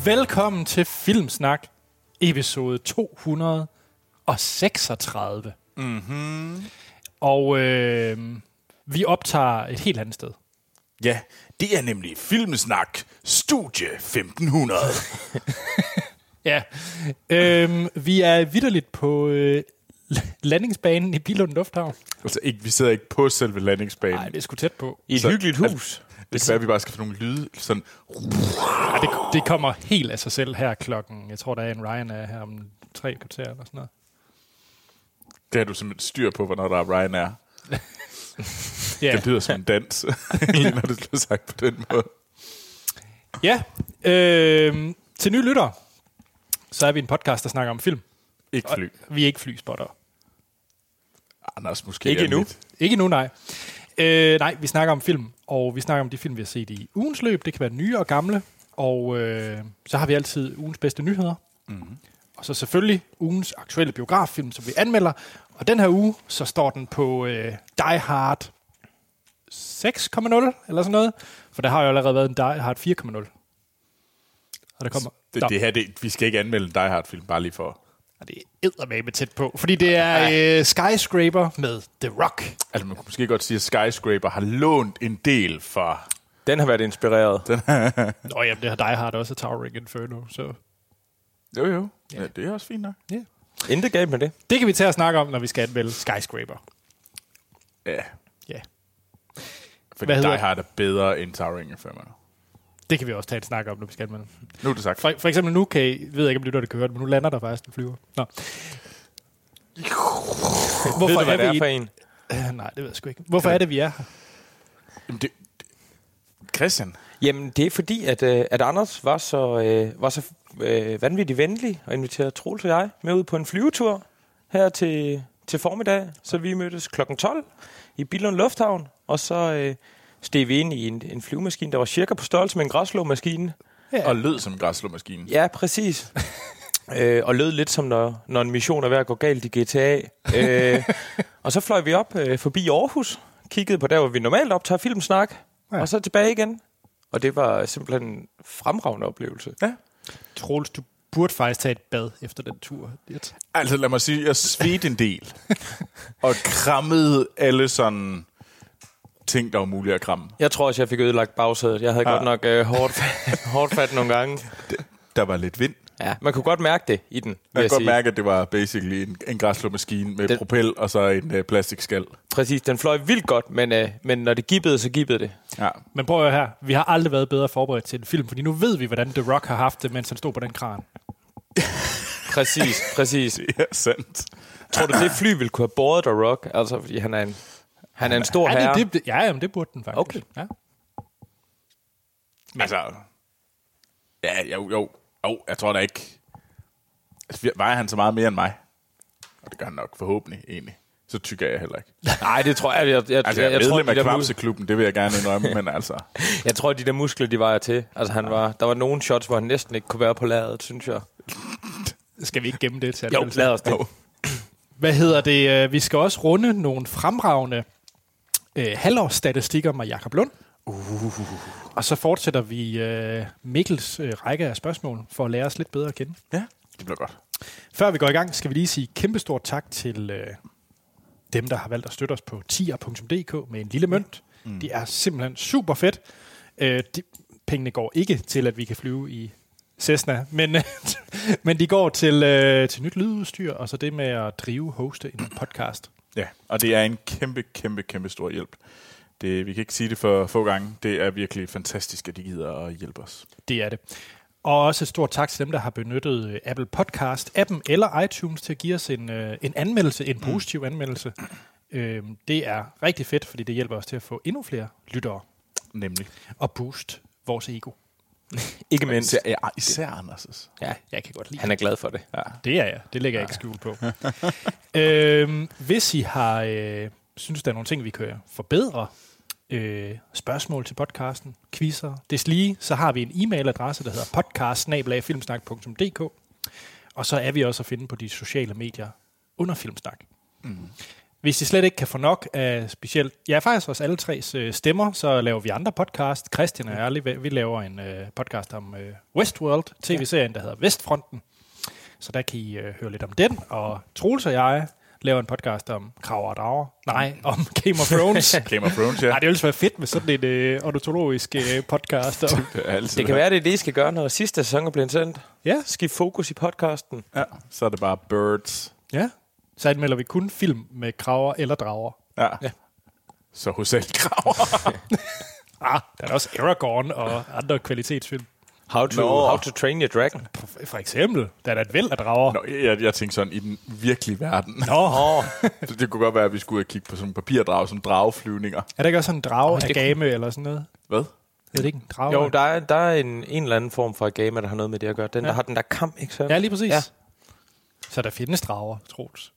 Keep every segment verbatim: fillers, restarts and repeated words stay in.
Velkommen til Filmsnak, episode to hundrede seksogtredive. Mm-hmm. Og øh, vi optager et helt andet sted. Ja, det er nemlig Filmsnak Studie femten hundrede. Ja, øh, vi er vitterligt på øh, landingsbanen i Billund Lufthavn. Altså, ikke, vi sidder ikke på selve landingsbanen. Nej, det er sgu tæt på. I et Så, hyggeligt hus. Altså, det kan være, at vi bare skal få nogle lyde. Sådan. Ja, det, det kommer helt af sig selv her klokken. Jeg tror, der er en Ryanair her om tre kvarter eller sådan noget. Det har du simpelthen styr på, hvornår der er Ryanair. Ja. Det lyder som en dans, når det bliver sagt på den måde. Ja, øh, til nye lyttere, så er vi en podcast, der snakker om film. Ikke fly. Og vi er ikke flyspotter. Anders, måske Ikke endnu. lidt. Ikke nu, nej. Øh, nej, vi snakker om film, og vi snakker om de film, vi har set i ugens løb. Det kan være nye og gamle. Og øh, så har vi altid ugens bedste nyheder. Mm-hmm. Og så selvfølgelig ugens aktuelle biograffilm, som vi anmelder. Og den her uge, så står den på øh, Die Hard seks komma nul, eller sådan noget. For der har jo allerede været en Die Hard fire komma nul. Og der kommer... Det, det her, det, vi skal ikke anmelde en Die Hard-film, bare lige for... Og det er eddermame tæt på, fordi det er øh, Skyscraper med The Rock. Altså, man kunne måske godt sige, at Skyscraper har lånt en del fra... Den har været inspireret. Den. Nå jamen, det har Die Hard også, Towering Inferno, så... Jo, jo. Ja, det er også fint nok. Yeah. Intet galt med det. Det kan vi tage at snakke om, når vi skal anmelde Skyscraper. Ja. Ja. Fordi Hvad Die hedder- Hard er bedre end Towering Inferno. Det kan vi også tage et snak om, når vi skal anmelde. Nu er det sagt. For, for eksempel nu kan I, ved jeg ikke, om det er, det kan høre det, men nu lander der faktisk en flyver. Nå. Hvorfor ved du, hvad det er for en? Øh, nej, det ved jeg sgu ikke. Hvorfor er det, vi er her? Jamen, det, det, Christian? Jamen, det er fordi, at, øh, at Anders var så, øh, var så øh, vanvittigt venlig og inviterede Troels og jeg med ud på en flyvetur her til, til formiddag. Så vi mødtes klokken tolv i Billund Lufthavn, og så øh, steg vi ind i en, en flyvemaskine, der var cirka på størrelse med en græsslåmaskine. Ja. Og lød som en græsslåmaskine. Ja, præcis. øh, og lød lidt som, når, når en mission er ved at gå galt i G T A. øh, og så fløj vi op øh, forbi Aarhus, kiggede på der, hvor vi normalt optager Filmsnak, ja. Og så tilbage igen. Og det var simpelthen en fremragende oplevelse. Ja. Troels, du burde faktisk tage et bad efter den tur. Lidt. Altså, lad mig sige, jeg svedte en del. Og krammede alle sådan ting, der var mulige at kramme. Jeg tror også, jeg fik ødelagt bagsædet. Jeg havde ja. godt nok øh, hårdt, hårdt fat nogle gange. Det, der var lidt vind. Ja, man kunne godt mærke det i den. Man Jeg kan godt sige. mærke, at det var basically en, en græsslåmaskine med den, propel og så en øh, plastikskal. Præcis, den fløj vildt godt, men, øh, men når det gibbede, så gibbede det. Ja. Men prøv at høre her. Vi har aldrig været bedre forberedt til en film, fordi nu ved vi, hvordan The Rock har haft det, mens han stod på den kran. Præcis, præcis. Det er sandt. Tror du, det fly ville kunne have båret The Rock? Altså, fordi han er en, han er en stor ja, herre. det, det, ja, jamen, det burde den faktisk. Okay. Ja. Men. Altså, ja, jo, jo, jo, jeg tror da ikke. Altså, vejer han så meget mere end mig? Og det gør han nok forhåbentlig, egentlig. Så tykker jeg heller ikke. Nej, det tror jeg. Jeg, jeg, Altså, jeg, jeg, jeg tror, medlem af de der mus- Kvamseklubben, det vil jeg gerne indrømme, men altså... jeg tror, de der muskler, de vejer til. Altså, han var, der var nogle shots, hvor han næsten ikke kunne være på lageret, synes jeg. Skal vi ikke gemme det til? Jo, lad os det. Jo. Hvad hedder det? Vi skal også runde nogle fremragende øh, halvårsstatistikker med Jakob Lund. Uh. Og så fortsætter vi øh, Mikkels øh, række af spørgsmål for at lære os lidt bedre at kende. Ja, det bliver godt. Før vi går i gang, skal vi lige sige kæmpestort tak til øh, dem, der har valgt at støtte os på tier punktum d k med en lille mønt. Mm. Det er simpelthen super fedt. Øh, de, pengene går ikke til, at vi kan flyve i Cessna, men, men de går til, øh, til nyt lydudstyr, og så det med at drive, hoste en podcast. Ja, og det er en kæmpe, kæmpe, kæmpe stor hjælp. Det, vi kan ikke sige det for få gange. Det er virkelig fantastisk, at de gider at hjælpe os. Det er det. Og også et stort tak til dem, der har benyttet Apple Podcast-appen eller iTunes til at give os en, en anmeldelse, en positiv mm. anmeldelse. Øhm, det er rigtig fedt, fordi det hjælper os til at få endnu flere lyttere. Nemlig. Og boost vores ego. Ikke mindst. Ja, især Anders'. Ja, Jeg kan godt lide han er glad for det. Ja. det. er jeg. Det lægger jeg ikke skjul på. øhm, hvis I har øh, synes, der er nogle ting, vi kan forbedre, øh, spørgsmål til podcasten, quizzer, deslige, så har vi en e-mailadresse, der hedder podcast bindestreg filmsnak punktum d k. Og så er vi også at finde på de sociale medier under Filmsnak. Mm. Hvis I slet ikke kan få nok af specielt, ja faktisk også alle tres øh, stemmer, så laver vi andre podcast. Christian og jeg, vi laver en øh, podcast om øh, Westworld, tv-serien, der hedder Vestfronten. Så der kan I øh, høre lidt om den, og Troels og jeg laver en podcast om Krager og Drager. Nej, om Game of Thrones. Game of Thrones, ja. Nej, det ville være fedt med sådan en øh, ornitologisk øh, podcast. Det, er Det kan være, det er det, I skal gøre, når sidste sæson er blevet sendt. Ja. Skift fokus i podcasten. Ja, så er det bare birds. Ja. Så anmelder vi kun film med kraver eller drager. Ja. Ja. Så hovedsageligt kraver. Ah, der er også Aragorn og andre kvalitetsfilm. How to, how to Train Your Dragon. For eksempel, der er der et væld af drager. Nå, jeg, jeg tænkte sådan, i den virkelige verden. Nå, oh. Så det kunne godt være, at vi skulle kigge på sådan en papirdrag, sådan drageflyvninger. Er der ikke også sådan en drage Oh, af game eller sådan noget? Hvad? Er det ikke en drage? Jo, der er, der er en, en eller anden form for agame, der har noget med det at gøre. Den, ja. der har den der kamp, ikke så? Ja, lige præcis. Ja. Så der findes drager, Troels.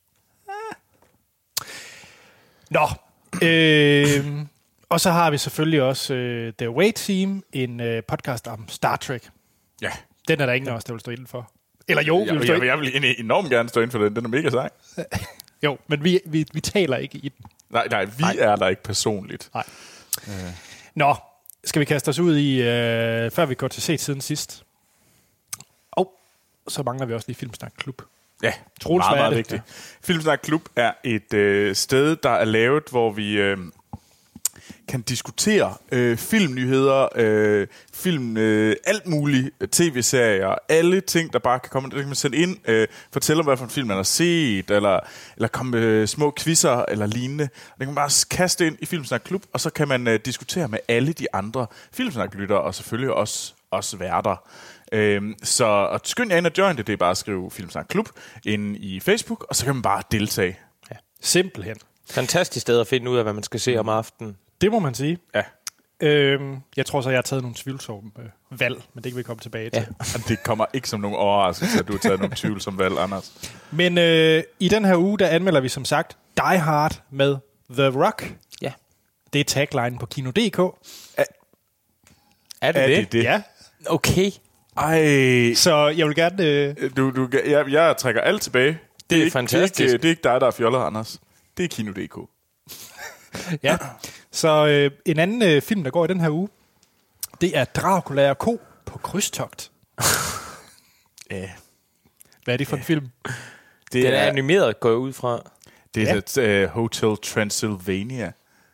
Nå, øh, og så har vi selvfølgelig også uh, The Away Team, en uh, podcast om Star Trek. Ja. Den er der ingen af os, der vil stå inden for. Eller jo, vi Jeg, vil stå jeg, ind- jeg vil enormt gerne stå ind for den. Den er mega sej. Jo, men vi, vi, vi taler ikke i den. Nej, nej, vi Nej. er der ikke personligt. Nej. Øh. Nå, skal vi kaste os ud i, øh, før vi går til set siden sidst? Og så mangler vi også lige Filmsnak Klub. Ja, Troels, meget, hvad er meget det? vigtigt. Ja. Filmsnak Klub er et øh, sted, der er lavet, hvor vi øh, kan diskutere øh, filmnyheder, øh, film, øh, alt muligt, tv-serier, alle ting, der bare kan komme. Der kan man sende ind, øh, fortælle om, hvad for en film man har set, eller, eller komme med øh, små quizzer eller lignende. Det kan man bare kaste ind i Filmsnak Klub, og så kan man øh, diskutere med alle de andre Filmsnak-lyttere, og selvfølgelig også, også værter. Øhm, så skynd jer ind og join det, det er bare at skrive Filmsnak Klub inde i Facebook, og så kan man bare deltage. Ja. Simpelthen. Fantastisk sted at finde ud af, hvad man skal se om aftenen. Det må man sige. Ja. Øhm, jeg tror så, jeg har taget nogle tvivlsomme øh, valg, men det kan vi komme tilbage til. Ja. Det kommer ikke som nogen overraskelse, at du har taget nogle tvivl som valg, Anders. Men øh, i den her uge, der anmelder vi som sagt Die Hard med The Rock. Ja. Det er tagline på Kino punktum d k. Er det Er det? det det? Ja. Okay. Ej, Så jeg vil gerne... Øh, du, du, jeg, jeg trækker alt tilbage. Det er ikke, fantastisk. Det er, ikke, det er ikke dig, der er fjollet, Anders. Det er Kino punktum d k. ja. Så øh, en anden øh, film, der går i den her uge, det er Dracula og Ko på krydstogt. Ja. Hvad er det for en film? Det Den er er, animeret, går jeg ud fra. det er Ja. et, uh, Hotel Transylvania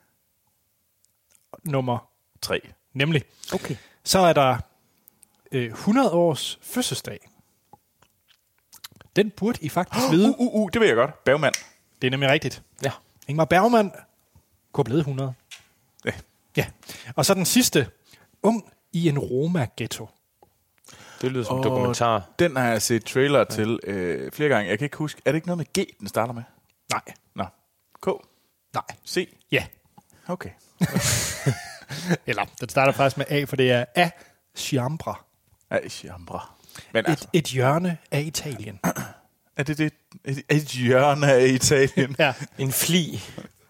Nummer tre. nemlig. Okay. Så er der øh, hundrede års fødselsdag. Den burde I faktisk vide. Uh, uh, uh, det ved jeg godt. Bergman. Det er nemlig rigtigt. Ja. Ingmar Bergman kunne blive hundrede. Ja. Ja. Og så den sidste. Ung i en Roma-ghetto. Det lyder som Og en dokumentar. Den har jeg set trailer til øh, flere gange. Jeg kan ikke huske. Er det ikke noget med G, den starter med? Nej. Nå. K. Nej. C. Ja. Okay. Eller, den starter faktisk med A, for det er A. Chiambra. Ej, Chiambra. Men Et, altså, et hjørne af Italien. er det det? Et, et hjørne af Italien? Ja. En fli.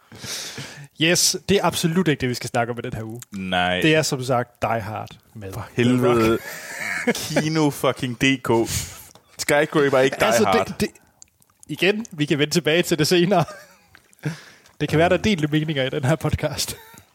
Yes, det er absolut ikke det, vi skal snakke om i den her uge. Nej. Det er som sagt Die Hard med For The Rock. helvede. Kino fucking D K. Skyscraper er ikke Die Altså, Hard. det, det, igen, vi kan vende tilbage til det senere. Det kan være, der er delte meninger i den her podcast.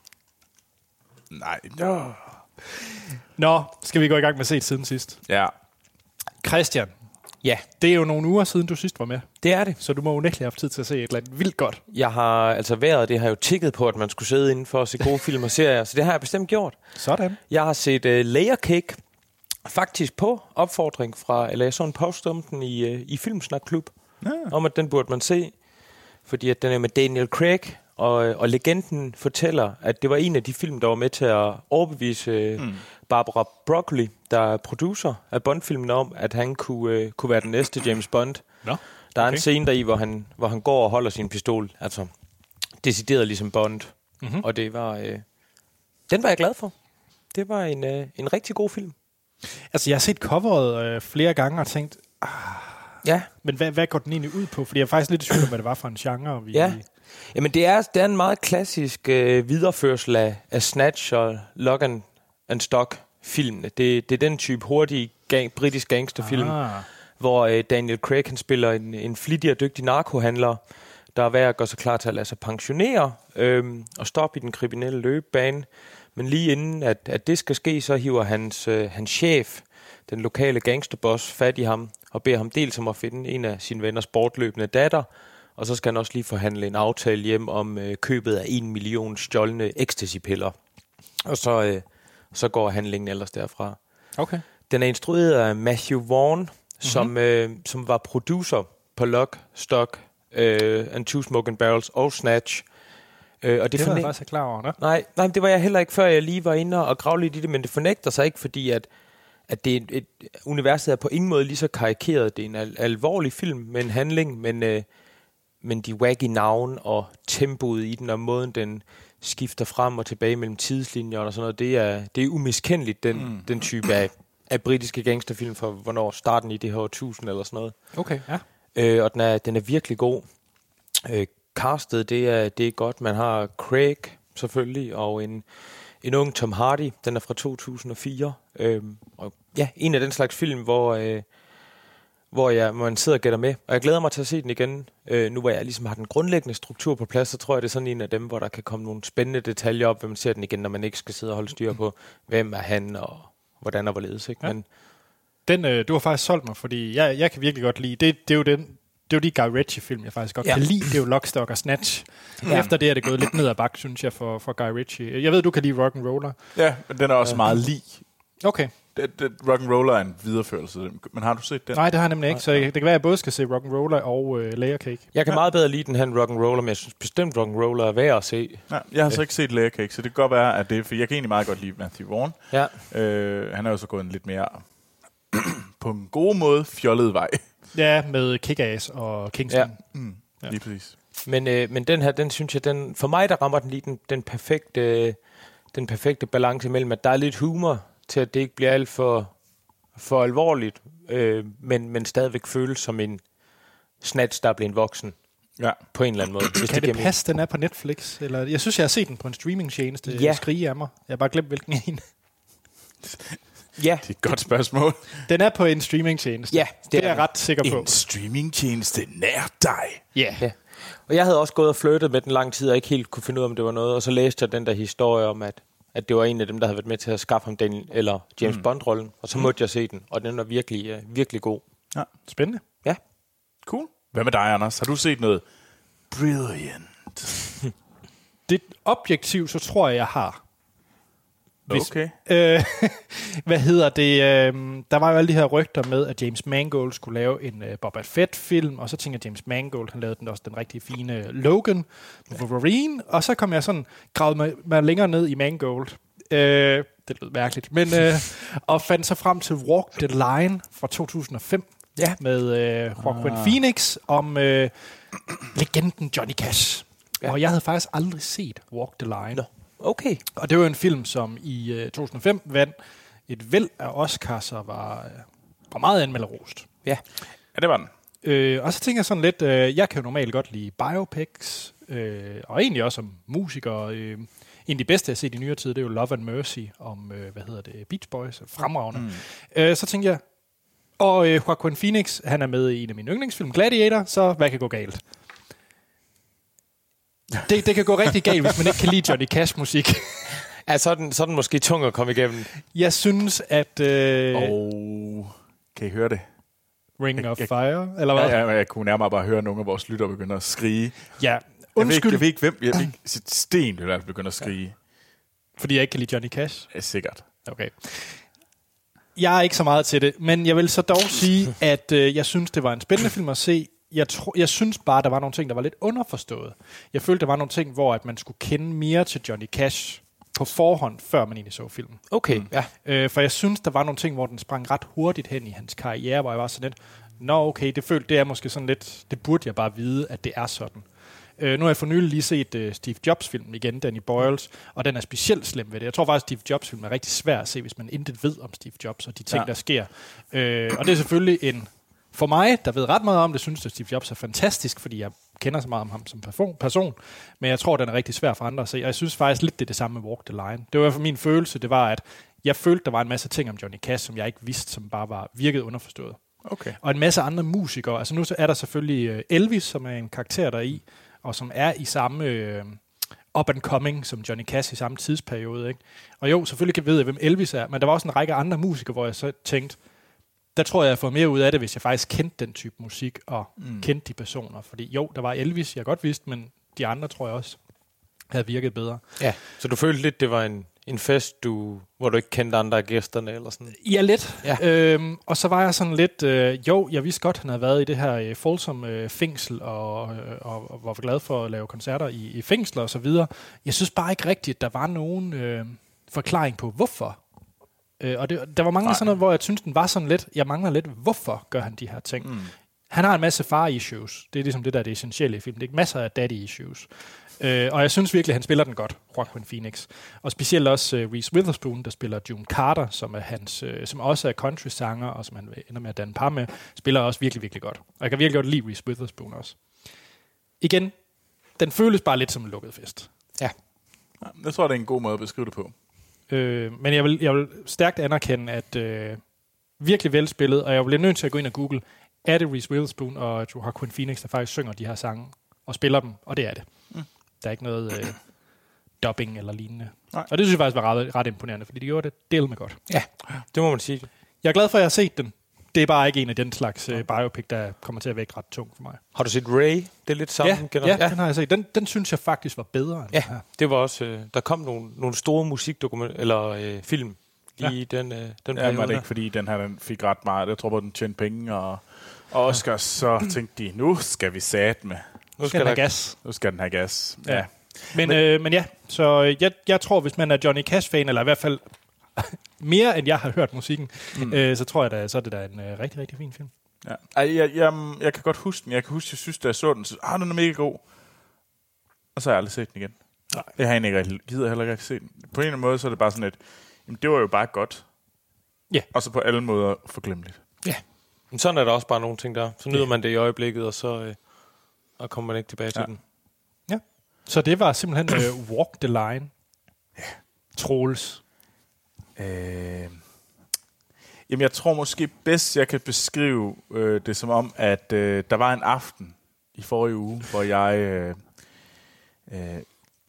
Nej. No. Nå, skal vi gå i gang med set siden sidst. Ja. Christian, Ja, det er jo nogle uger siden, du sidst var med. det er det. Så du må unægteligt have haft tid til at se et eller andet vildt godt. Jeg har altså været, det har jo tikket på, at man skulle sidde inden for at se gode film og serier, så det har jeg bestemt gjort. Sådan. Jeg har set uh, Layer Cake, faktisk på opfordring fra, eller jeg så en post om den i, uh, i Filmsnak Klub, Ja. om at den burde man se, fordi at den er med Daniel Craig, og, og legenden fortæller, at det var en af de film, der var med til at overbevise mm. Barbara Broccoli, der er producer af Bond-filmen, om, at han kunne, uh, kunne være den næste James Bond. Nå, Der er okay. en scene deri, hvor han, hvor han går og holder sin pistol, altså decideret ligesom Bond. Mm-hmm. Og det var, øh, den var jeg glad for. Det var en, øh, en rigtig god film. Altså, jeg har set coveret øh, flere gange og tænkt, Ja. men hvad, hvad går den egentlig ud på? Fordi jeg er faktisk lidt i tvivl om, hvad det var for en genre. Vi... Ja. Jamen, det er, det er en meget klassisk øh, videreførsel af, af Snatch og Lock and, and Stock-filmene. Det, det er den type hurtige gang, britisk gangsterfilm, Ah. hvor øh, Daniel Craig han spiller en, en flittig og dygtig narkohandler, der er ved at gøre sig klar til at lade sig pensionere øh, og stoppe i den kriminelle løbebane. Men lige inden at, at det skal ske, så hiver hans, øh, hans chef, den lokale gangsterboss, fat i ham og beder ham dels om at finde en af sine venners bortløbende datter, og så skal han også lige forhandle en aftale hjem om øh, købet af en million stjålne ecstasy-piller. Og så, øh, så går handlingen ellers derfra. Okay. Den er instrueret af Matthew Vaughn, mm-hmm. som, øh, som var producer på Lock, Stock, øh, and Two Smoking Barrels og Snatch. Øh, og det det var forne- jeg faktisk ikke klar over, ne? nej, nej, det var jeg heller ikke, før jeg lige var inde og grave lidt i det, men det fornægter sig ikke, fordi at, at det er et, et, universet er på ingen måde lige så karikeret. Det er en al- alvorlig film med en handling, men, øh, men de wacky navn og tempoet i den, og måden den skifter frem og tilbage mellem tidslinjer og sådan noget, det er, det er umiskendeligt, den, mm. den type af, af britiske gangsterfilm fra hvornår starten i det her årtusind eller sådan noget. Okay, ja. Øh, og den er, den er virkelig god. Øh, castet, det er, det er godt. Man har Craig selvfølgelig, og en, en ung Tom Hardy. Den er fra to tusind og fire. Øh, og ja, en af den slags film, hvor, øh, hvor jeg, man sidder og gætter med. Og jeg glæder mig til at se den igen. Øh, nu hvor jeg ligesom har den grundlæggende struktur på plads, så tror jeg, det er sådan en af dem, hvor der kan komme nogle spændende detaljer op, hvor man ser den igen, når man ikke skal sidde og holde styr på, hvem er han, og hvordan og hvorledes. Ikke? Ja. Men, Den, øh, du har faktisk solgt mig, fordi jeg, jeg kan virkelig godt lide, det, det er jo den, det er jo de Guy Ritchie-film, jeg faktisk godt Ja. kan lide. Det er jo Lock, Stock og Snatch. Ja. Efter det er det gået lidt ned ad bakke, synes jeg, for, for Guy Ritchie. Jeg ved, du kan lide Rock'n'Roller. Ja, men den er også meget lig. Okay. Det, det, Rock'n'Roller er en videreførelse af den. Men har du set den? Nej, det har jeg nemlig ikke, så jeg, det kan være, at jeg både skal se Rock'n'Roller og øh, Layer Cake. jeg kan meget bedre lide den her Rock'n'Roller, men jeg synes bestemt Rock'n'Roller er værd at se. Nej, jeg har så ikke set Layer Cake, så det kan godt være, at det for jeg kan egentlig meget godt lide Matthew Vaughn. Ja. Øh, han er jo så gået en lidt mere på en god måde fjollet vej. Ja, med Kick-Ass og Kingsman. Ja. Mm, Ja. lige præcis. Men, øh, men den her, den synes jeg, den, for mig der rammer den lige den, den, perfekte, øh, den perfekte balance mellem, at der er lidt humor til, at det ikke bliver alt for, for alvorligt, øh, men, men stadigvæk føles som en Snatch, der er blevet voksen Ja. på en eller anden måde. Hvis Kan det giver passe, den er på Netflix? Eller, jeg synes, jeg har set den på en streamingtjeneste. Ja. Ja. Skrige af mig. Jeg har bare glemt, hvilken en. mening. Ja, Det er et godt spørgsmål. Den er på en streamingtjeneste. Ja, det, det det er er jeg ret sikker på. En streamingtjeneste nær dig. Ja. ja. Og jeg havde også gået og flirtet med den lang tid, og ikke helt kunne finde ud af, om det var noget. Og så læste jeg den der historie om, at, at det var en af dem, der havde været med til at skaffe ham den, eller James mm. Bond-rollen. Og så måtte jeg se den, og den var virkelig, uh, virkelig god. Ja. Spændende. Ja. Cool. Hvad med dig, Anders? Har du set noget brilliant? Det objektivt, så tror jeg, jeg har. Hvis, Okay. Øh, hvad hedder det? Øh, der var jo alle de her rygter med, at James Mangold skulle lave en øh, Boba Fett-film, og så tænker jeg, James Mangold, han lavede den også den rigtig fine Logan med Wolverine, og så kom jeg sådan, gravede mig, mig længere ned i Mangold. Øh, det lød mærkeligt, men øh, og fandt så frem til Walk the Line fra to tusind og fem, Ja. med øh, Joaquin Ah. Phoenix om øh, legenden Johnny Cash. Ja. Ja. Og jeg havde faktisk aldrig set Walk the Line. Nå. Okay. Og det var en film, som i øh, to tusind og fem vandt et væld af Oscars og var, øh, var meget anmelderost. Ja. Ja, det var den. Øh, og så tænker jeg sådan lidt, øh, jeg kan jo normalt godt lide biopics, øh, og egentlig også som musiker. Øh, en af de bedste, jeg har set i nyere tid, det er jo Love and Mercy om, øh, hvad hedder det, Beach Boys, fremragende. Mm. Øh, så tænker jeg, og øh, Joaquin Phoenix, han er med i en af mine yndlingsfilm, Gladiator, så hvad kan gå galt? Det, det kan gå rigtig galt, hvis man ikke kan lide Johnny Cash-musik. Ja, så er den, så er den måske tung at komme igennem. Jeg synes, at øh, Og kan I høre det? Ring of jeg- Fire, eller hvad? Ja, ja, jeg kunne nærmere bare høre nogle af vores lyttere begynde at skrige. Ja, Jeg ved, ikke, undskyld, jeg ved ikke, hvem. Jeg ved ikke, Sten vil i hvert fald begynde at skrige. fordi jeg ikke kan lide Johnny Cash. Ja, sikkert. Okay. Jeg er ikke så meget til det, men jeg vil så dog sige, at øh, jeg synes, det var en spændende film at se. Jeg, tro, jeg synes bare, der var nogle ting, der var lidt underforstået. Jeg følte, der var nogle ting, hvor at man skulle kende mere til Johnny Cash på forhånd, før man egentlig så filmen. Okay, ja. Øh, for jeg synes, der var nogle ting, hvor den sprang ret hurtigt hen i hans karriere, hvor jeg var sådan lidt, nå okay, det følte, det er måske sådan lidt, det burde jeg bare vide, at det er sådan. Øh, nu har jeg for nylig lige set uh, Steve Jobs-filmen igen, Danny Boyles, og den er specielt slem ved det. Jeg tror faktisk, Steve Jobs-filmen er rigtig svær at se, hvis man intet ved om Steve Jobs og de ting, Ja. der sker. Øh, og det er selvfølgelig en, for mig, der ved ret meget om det, synes at Steve Jobs er fantastisk, fordi jeg kender så meget om ham som person, men jeg tror, den er rigtig svær for andre at se, og jeg synes faktisk lidt, det er det samme med Walk the Line. Det var for min følelse, det var, at jeg følte, der var en masse ting om Johnny Cash, som jeg ikke vidste, som bare var virket underforstået. Okay. Og en masse andre musikere. Altså nu er der selvfølgelig Elvis, som er en karakter der i, og som er i samme øh, up and coming som Johnny Cash i samme tidsperiode. Ikke? Og jo, selvfølgelig kan jeg vide, hvem Elvis er, men der var også en række andre musikere, hvor jeg så tænkte, der tror jeg, jeg får mere ud af det, hvis jeg faktisk kendte den type musik, og mm. kendte de personer. Fordi jo, der var Elvis, jeg godt vidste, men de andre tror jeg også havde virket bedre. Ja, så du følte lidt, det var en, en fest, du, hvor du ikke kendte andre af gæsterne, eller sådan? Ja, lidt. Ja. Øhm, og så var jeg sådan lidt, øh, jo, jeg vidste godt, han havde været i det her øh, Folsom øh, fængsel, og, øh, og, og var glad for at lave koncerter i, i fængsler og så videre. Jeg synes bare ikke rigtigt, at der var nogen øh, forklaring på, hvorfor. Øh, og det, der var mange sådan noget, hvor jeg synes, den var sådan lidt, jeg mangler lidt, hvorfor gør han de her ting? Mm. Han har en masse far-issues. Det er ligesom det, der er det essentielle i filmen. Det er masser af daddy-issues. Øh, og jeg synes virkelig, han spiller den godt, Joaquin Phoenix. Og specielt også uh, Reese Witherspoon, der spiller June Carter, som er hans, uh, som også er country-sanger, og som han ender med at danne par med, spiller også virkelig, virkelig godt. Og jeg kan virkelig godt lide Reese Witherspoon også. Igen, den føles bare lidt som en lukket fest. Ja. Jeg tror, det er en god måde at beskrive det på. Øh, men jeg vil, jeg vil stærkt anerkende, at øh, virkelig velspillet, og jeg vil nødt til at gå ind og google, er det Reese Witherspoon og Joaquin Phoenix, der faktisk synger de her sange og spiller dem, og det er det. Mm. Der er ikke noget øh, dubbing eller lignende. Nej. Og det synes jeg faktisk var ret, ret imponerende, fordi de gjorde det del med godt. Ja, det må man sige. Jeg er glad for, at jeg har set den. Det er bare ikke en af den slags øh, biopic, der kommer til at vække ret tung for mig. Har du set Ray? Det er lidt sammen. Ja, ja, den har jeg set. Den, den synes jeg faktisk var bedre end ja, den her. Det var også, øh, der kom nogle, nogle store musikdokument eller øh, film lige ja. den, øh, den periode. Ja, var det ikke, fordi den her den fik ret meget. Jeg tror bare, den tjente penge, og, og Oscar, så tænkte de, nu skal vi satme. Nu skal den have gas. Nu skal den have gas, ja. ja. Men, men, øh, men ja, så jeg, jeg tror, hvis man er Johnny Cash-fan, eller i hvert fald mere end jeg har hørt musikken, mm. øh, så tror jeg, da, så er det da en øh, rigtig, rigtig fin film. Ja. Ej, jeg, jeg, jeg kan godt huske den. Jeg kan huske, jeg synes, da jeg så den, så ah, den er mega god. Og så har jeg aldrig set den igen. Nej. Jeg har egentlig ikke rigtig, gider heller ikke rigtig set den. På en eller anden måde, så er det bare sådan et, jamen, det var jo bare godt. Ja. Og så på alle måder forglemmeligt. Ja. Men sådan er der også bare nogle ting der. Så nyder ja. man det i øjeblikket, og så øh, og kommer man ikke tilbage til ja. den. Ja. Så det var simpelthen uh, Walk the Line. Ja. Troels. Øh, jamen, jeg tror måske bedst, jeg kan beskrive øh, det som om, at øh, der var en aften i forrige uge, hvor jeg øh, øh,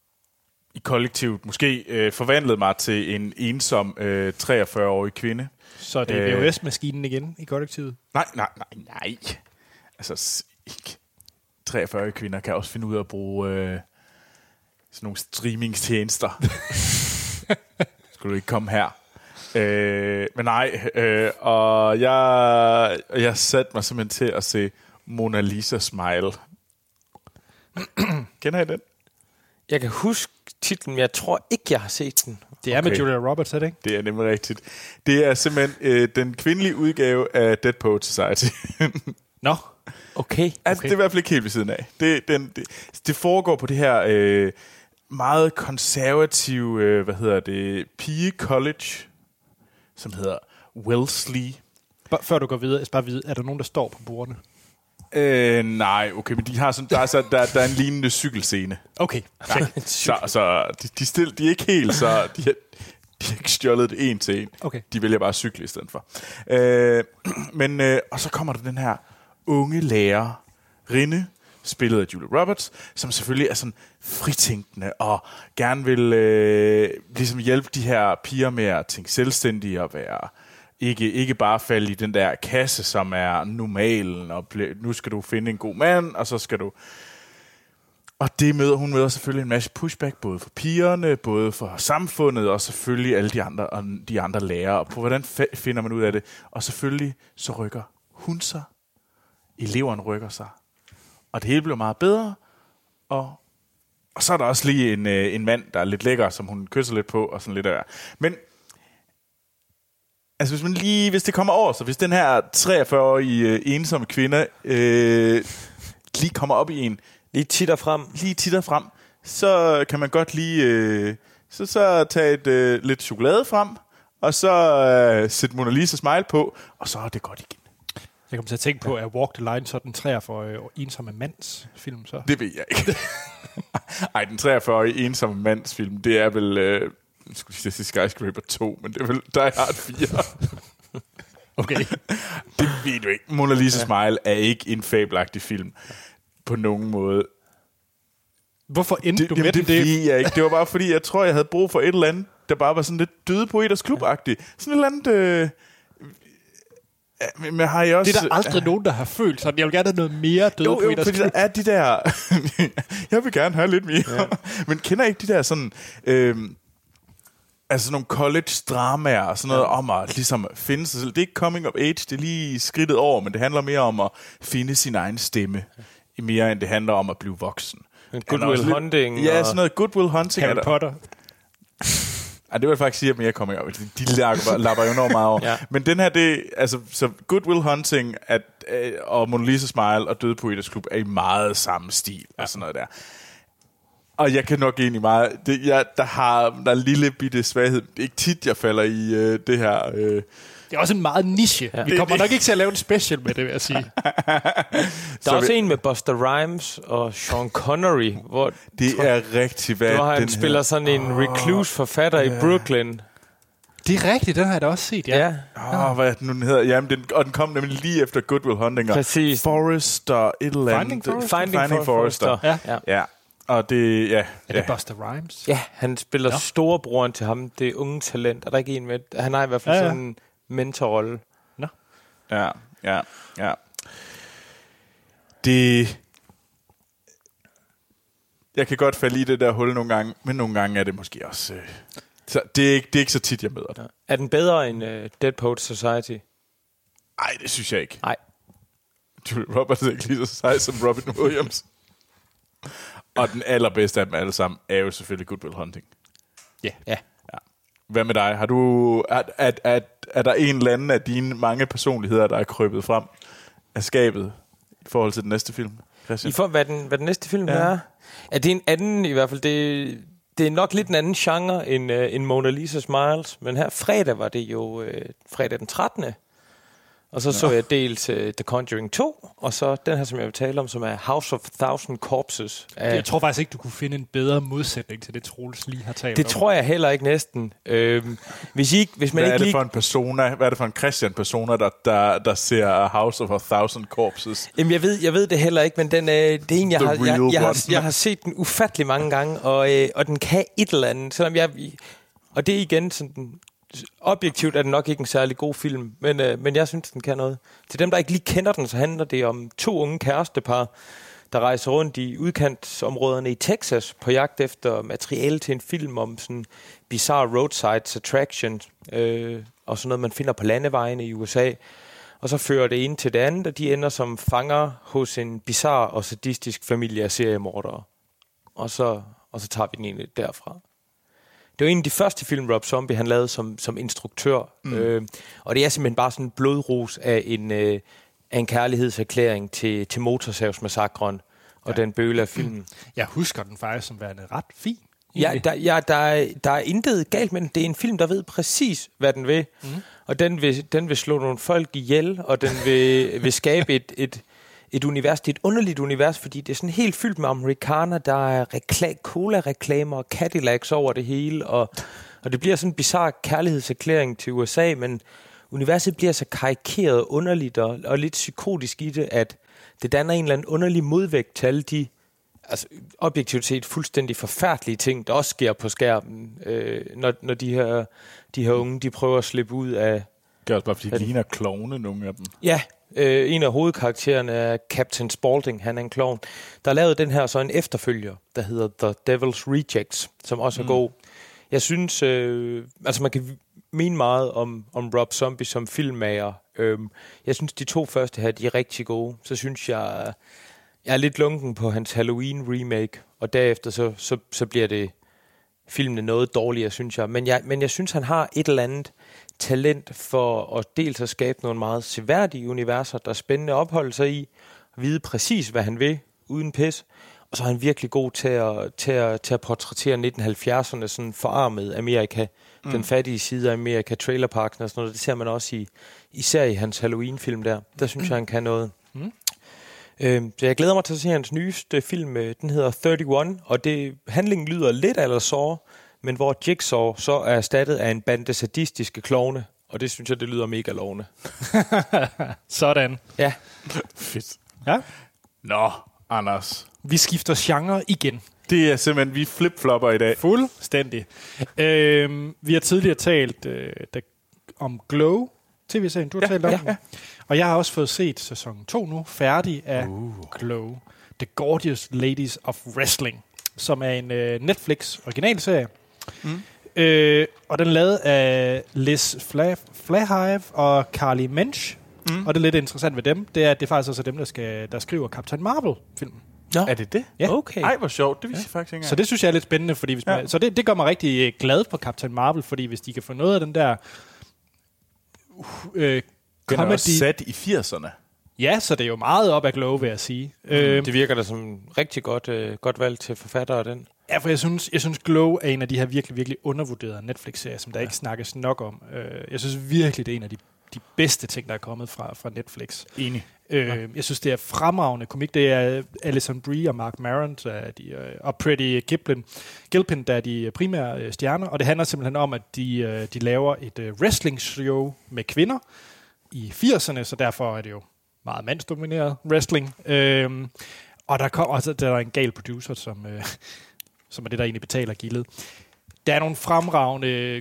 i kollektivet måske øh, forvandlede mig til en ensom øh, treogfyrre-årig kvinde. Så det er V H S-maskinen igen i kollektivet? Nej, nej, nej, nej. Altså, ikke. treogfyrre kvinder kan også finde ud af at bruge øh, sådan nogle streamingstjenester. Skulle du ikke komme her? Øh, men nej, øh, og jeg, jeg satte mig simpelthen til at se Mona Lisa Smile. Kender I den? Jeg kan huske titlen, men jeg tror ikke, jeg har set den. Det er okay. Med Julia Roberts, er det ikke? Det er nemlig rigtigt. Det er simpelthen øh, den kvindelige udgave af Dead Poets Society. Nå, no. okay. Altså, okay. Det er i hvert fald ikke helt ved siden af. Det, den, det, det foregår på det her øh, meget konservative, øh, hvad hedder det, pige college, som hedder Wellesley. B- før du går videre, jeg bare vide, er der nogen, der står på bordene? Øh, nej, okay, men de har sådan, der, er så, der, der er en lignende cykelscene. Okay, ja, så, så de, de, stil, de er ikke helt så... De har, de har ikke stjålet det en til en. Okay. De vælger bare at cykle i stedet for. Øh, men, øh, og så kommer der den her unge lærer, Rinde, spillet af Julia Roberts, som selvfølgelig er sådan fritænkende og gerne vil øh, ligesom hjælpe de her piger med at tænke selvstændige og være ikke, ikke bare falde i den der kasse, som er normalen, og ble, nu skal du finde en god mand, og så skal du... Og det møder, hun møder selvfølgelig en masse pushback, både for pigerne, både for samfundet, og selvfølgelig alle de andre, og de andre lærere. Og på hvordan fa- finder man ud af det? Og selvfølgelig så rykker hun sig, eleverne rykker sig, og det hele bliver meget bedre. Og, og så er der også lige en, en mand, der er lidt lækker, som hun kysser lidt på, og sådan lidt der. Men altså hvis man lige, hvis det kommer over, så hvis den her treogfyrre-årige ensomme kvinde øh, lige kommer op i en, lige titter frem, lige titter frem, så kan man godt lige øh, så så tage et øh, lidt chokolade frem, og så øh, sætte Mona Lisa Smile på, og så er det godt igen. Jeg kommer til at tænke på, at Walk the Line så den treogfyrre-årige ensomme mands film så. Det ved jeg ikke. Ej, den treogfyrre-årige ensomme mands film, det er vel øh, jeg skulle sige Skyscraper to, men det er vel Die Hard fire. Okay. Det ved du ikke. Mona Lisa Smile er ikke en fabelagtig film på nogen måde. Hvorfor endte Det, du det, med det, det? det, jeg ikke. Det var bare fordi, jeg tror, jeg havde brug for et eller andet, der bare var sådan lidt døde poeters klub-agtigt. Sådan et eller andet... Øh, men har jeg også... Det er der aldrig nogen, der har følt sådan. Jeg vil gerne have noget mere døde Jo, jo, poeters fordi klub. der er de der... jeg vil gerne have lidt mere. Ja. Men kender ikke de der sådan... Øh, altså nogle college-dramaer og sådan noget ja. om at ligesom finde sig selv. Det er ikke coming of age, det er lige skridtet over, men det handler mere om at finde sin egen stemme, mere end det handler om at blive voksen. Good Will Hunting. Ja, sådan noget Good Will Hunting. Harry Potter. Ej, det vil faktisk sige, at mere coming of age. De lapper, lapper jo enormt meget over. Ja. Men den her, det altså, så Good Will Hunting at, øh, og Mona Lisa Smile og Døde Poeters Klub er i meget samme stil ja. og sådan noget der. Og jeg kan nok egentlig meget... Det, jeg, der, har, der er en lille bitte svaghed. Det er ikke tit, jeg falder i øh, det her... Øh. Det er også en meget niche. Ja. Vi kommer det, nok ikke til at lave en special med det, vil jeg sige. Der er også vi, en med Busta Rhymes og Sean Connery. Hvor det tror, er rigtig hvad hvor han den spiller her. sådan en oh, recluse-forfatter yeah. i Brooklyn. Det er rigtigt, den har jeg da også set, ja. ja. Åh, oh, hvad den nu hedder. Jamen, den, og den kom nemlig lige efter Good Will Hunting. Præcis. Forrester, et eller andet. Finding Forrester. Finding, Finding Forrester. Forrester. Ja. ja. Og det, ja. Er det ja. Busta Rhymes? Ja, han spiller ja. storebroren til ham. Det unge talent. Er der ikke en med? Han har i hvert fald ja, ja. sådan en mentorrolle. Nå. Ja, ja, ja. Det... Jeg kan godt falde i det der hul nogle gange, men nogle gange er det måske også... Øh... Så det er, ikke, det er ikke så tit, jeg møder det. Ja. Er den bedre end uh, Dead Poets Society? Nej, det synes jeg ikke. Nej. Julia Roberts er ikke lige så sej som Robin Williams. Og den allerbedste af dem alle sammen er jo selvfølgelig Good Will Hunting. Yeah. Ja. Ja. Hvad med dig? Har du, er, er, er, er der en eller anden af dine mange personligheder, der er krøbet frem af skabet i forhold til den næste film? Christian? I for, hvad den, hvad den næste film ja. er? Er det en anden, i hvert fald, det, det er nok lidt en anden genre end, uh, end Mona Lisa Smiles, men her fredag var det jo uh, fredag den trettende Og så Nå. så jeg dels uh, The Conjuring to, og så den her, som jeg vil tale om, som er House of Thousand Corpses. Jeg tror faktisk ikke, du kunne finde en bedre modsætning til det, Troels lige har talt Det om. tror jeg heller ikke næsten. Øhm, hvis, I, hvis man Hvad ikke er det lige... for en persona? Hvad er det for en Christian-persona, der, der, der ser House of a Thousand Corpses? Jamen, jeg ved, jeg ved det heller ikke, men den, øh, det er en, jeg har, jeg, jeg, har, jeg har set den ufattelig mange gange, og, øh, og den kan et eller andet. Selvom jeg, og det er igen sådan... Objektivt er det nok ikke en særlig god film, men, øh, men jeg synes, den kan noget. Til dem, der ikke lige kender den, så handler det om to unge kærestepar, der rejser rundt i udkantsområderne i Texas på jagt efter materiale til en film om sådan bizarre roadside attraction øh, og sådan noget, man finder på landevejene i U S A. Og så fører det ene til det andet, og de ender som fanger hos en bizarre og sadistisk familie af seriemordere. Og så, og så tager vi den egentlig derfra. Det var en af de første film, Rob Zombie han lavede som, som instruktør. Mm. Øh, og det er simpelthen bare sådan en blodrus af en, øh, af en kærlighedserklæring til, til Motorsavsmassakren og ja. den bøle af filmen. Jeg husker den faktisk som værende ret fin. Ja, der, ja der, er, der er intet galt med den. Det er en film, der ved præcis, hvad den vil. Mm. Og den vil, den vil slå nogle folk ihjel, og den vil, vil skabe et... et Et univers, det er et underligt univers, fordi det er sådan helt fyldt med amerikaner, der er rekla- cola-reklamer og Cadillacs over det hele, og, og det bliver sådan en bizarre kærlighedserklæring til U S A, men universet bliver så karikeret underligt og, og lidt psykotisk i det, at det danner en eller anden underlig modvægt til alle de altså, objektivt set fuldstændig forfærdelige ting, der også sker på skærmen, øh, når, når de her, de her unge, de prøver at slippe ud af... Det er også bare, fordi de ligner klovne, nogle af dem. Ja, øh, en af hovedkaraktererne er Captain Spaulding, han er en klovn. Der er lavet den her så en efterfølger, der hedder The Devil's Rejects, som også er mm. god. Jeg synes, øh, altså man kan mene meget om, om Rob Zombie som filmmager. Øh, jeg synes, de to første her, de er rigtig gode. Så synes jeg, jeg er lidt lunken på hans Halloween-remake, og derefter så, så, så bliver det filmene noget dårligere, synes jeg. Men, jeg. men jeg synes, han har et eller andet talent for at dels at skabe nogle meget seværdige universer, der er spændende at opholde sig i, vide præcis, hvad han vil, uden pis. Og så er han virkelig god til at, til at, til at portrættere nitten halvfjerdserne, sådan forarmet Amerika, mm. den fattige side af Amerika, trailerparken og sådan noget. Det ser man også i, især i hans Halloween-film der. Der synes mm. jeg, han kan noget. Mm. Øhm, så jeg glæder mig til at se hans nyeste film, den hedder enogtredive, og det, handlingen lyder lidt eller så, men hvor Jigsaw så er erstattet af en bande sadistiske klovne, og det synes jeg, det lyder mega lovende. Sådan. Ja. Fedt. Ja. Nå, Anders. Vi skifter genre igen. Det er simpelthen, vi flip-flopper i dag. Fuldstændig. øhm, vi har tidligere talt øh, der, om Glow, tv-serien, du har ja, talt om. Ja, ja. Og jeg har også fået set sæson to nu, færdig af uh. Glow. The Gorgeous Ladies of Wrestling, som er en øh, Netflix originalserie. Mm. Øh, og den er lavet af Liz Flahive og Carly Mensch. Mm. Og det er lidt interessant ved dem, det er, at det er faktisk også dem, der, skal, der skriver Captain Marvel-filmen. Ja. Er det det? Ja. Okay. Ej, hvor sjovt. Det viser ja. faktisk ikke. Så det synes jeg er lidt spændende, fordi hvis man, ja. så det, det gør mig rigtig glad for Captain Marvel, fordi hvis de kan få noget af den der øh, den er også sat i firserne. Ja, så det er jo meget op ad Glow, vil jeg sige. Mm. Øh, det virker da som rigtig godt, øh, godt valg til forfattere den. Ja, for jeg synes, jeg synes Glow er en af de her virkelig, virkelig undervurderede Netflix-serier, som der ja. ikke snakkes nok om. Øh, jeg synes virkelig, det er en af de, de bedste ting, der er kommet fra, fra Netflix. Enig. Øh, ja. Jeg synes, det er fremragende komik. Det er Alison Brie og Mark Maron der de, øh, og Pretty Gilpin, Gilpin, der er de primære øh, stjerner. Og det handler simpelthen om, at de, øh, de laver et øh, wrestling-show med kvinder i firserne, så derfor er det jo meget mandsdomineret wrestling. Øhm, og der, kom, og så, der er en gal producer, som, øh, som er det, der egentlig betaler gildet. Der er nogle fremragende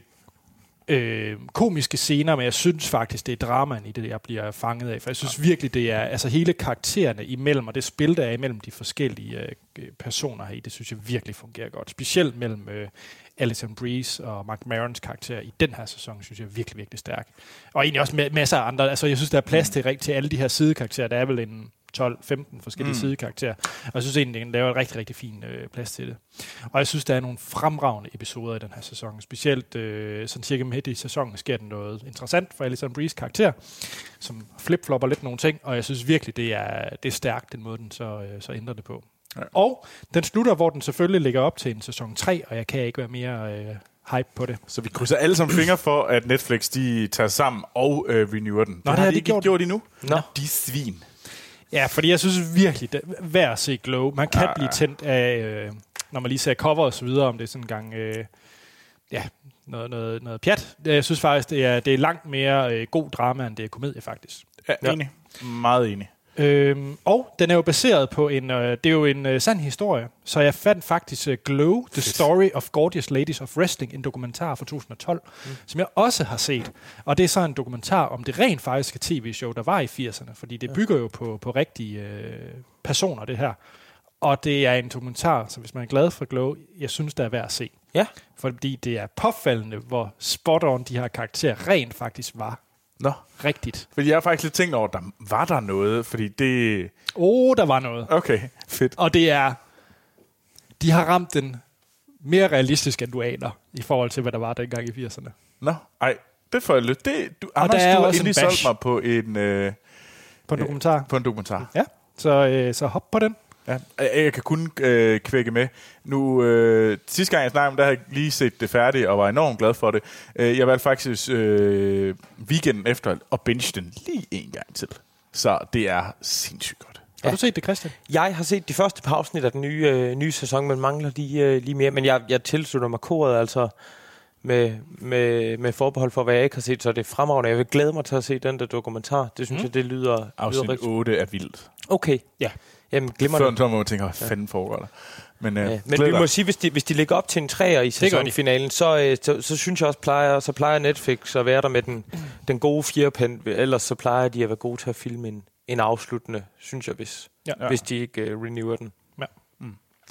øh, komiske scener, men jeg synes faktisk, det er dramaen i det, jeg bliver fanget af. For jeg synes virkelig, det er altså hele karaktererne imellem, og det spil, der er imellem de forskellige øh, personer her i, det synes jeg virkelig fungerer godt. Specielt mellem øh, Alison Bries og Mark Marons karakter i den her sæson, synes jeg er virkelig, virkelig stærk. Og egentlig også med masser af andre. Altså, jeg synes, der er plads til, til alle de her sidekarakterer. Der er vel en tolv femten forskellige mm. sidekarakterer. Og jeg synes egentlig, den laver et rigtig, rigtig fin øh, plads til det. Og jeg synes, der er nogle fremragende episoder i den her sæson. Specielt øh, sådan cirka midt i sæsonen sker der noget interessant for Alison Bries karakter, som flip-flopper lidt nogle ting. Og jeg synes virkelig, det er, det er stærkt, den måde, den så, øh, så ændrer det på. Ja. Og den slutter, hvor den selvfølgelig ligger op til en sæson tre, og jeg kan ikke være mere øh, hype på det. Så vi krydser alle sammen fingre for, at Netflix de tager sammen og øh, renewer den. Nå, det har de ikke gjort, gjort endnu. Nå. De svin. Ja, fordi jeg synes virkelig, det er værd at se Glow. Man kan ja, blive tændt af, øh, når man lige ser cover og så videre, om det er sådan en gang, øh, ja, noget, noget, noget pjat. Jeg synes faktisk, det er, det er langt mere øh, god drama, end det er komedie, faktisk. Ja, enig. Ja. Meget enig. Øhm, og den er jo baseret på en, øh, det er jo en øh, sand historie, så jeg fandt faktisk uh, Glow, The Story of Gorgeous Ladies of Wrestling, en dokumentar fra to tusind og tolv, mm. som jeg også har set. Og det er så en dokumentar om det rent faktiske tv-show, der var i firserne, fordi det bygger jo på, på rigtige øh, personer, det her. Og det er en dokumentar, så hvis man er glad for Glow, jeg synes, det er værd at se. Ja. Fordi det er påfaldende, hvor spot on de her karakterer rent faktisk var. Nå. Rigtigt. Fordi jeg har faktisk lidt tænkt over, der var der noget, fordi det... Åh, oh, der var noget. Okay, fedt. Og det er... De har ramt den mere realistisk, end du aner, i forhold til, hvad der var dengang i firserne. Nå, ej, det får jeg lyst. Det, du, Anders, du har endelig solgt mig på en... Øh, på en dokumentar. Øh, på en dokumentar. Ja, så, øh, så hop på den. Ja, jeg kan kun øh, kvække med. Nu, øh, sidste gang jeg snakkede om, der havde jeg lige set det færdigt, og var enormt glad for det. Øh, jeg valgte faktisk øh, weekenden efter at binge den lige en gang til. Så det er sindssygt godt. Ja. Har du set det, Christian? Jeg har set de første par afsnit af den nye, øh, nye sæson, men mangler lige, øh, lige mere. Men jeg, jeg tilslutter mig koret, altså med, med, med forbehold for, hvad jeg ikke har set, så det er fremragende. Jeg vil glæde mig til at se den der dokumentar. Det synes mm. jeg, det lyder... Afsnit otte er vildt. Okay, ja. Jamen, glemmer det. Før må man tænke, hvad fanden foregår der? Men, øh, ja. Men vi må sige, hvis de, hvis de ligger op til en træer i sæsonfinalen, så, øh, så, så synes jeg også, plejer, så plejer Netflix at være der med den, mm. den gode fjerpen. Ellers så plejer de at være gode til at filme en, en afsluttende, synes jeg, hvis, ja. hvis de ikke uh, renewer den. Ja. Mm.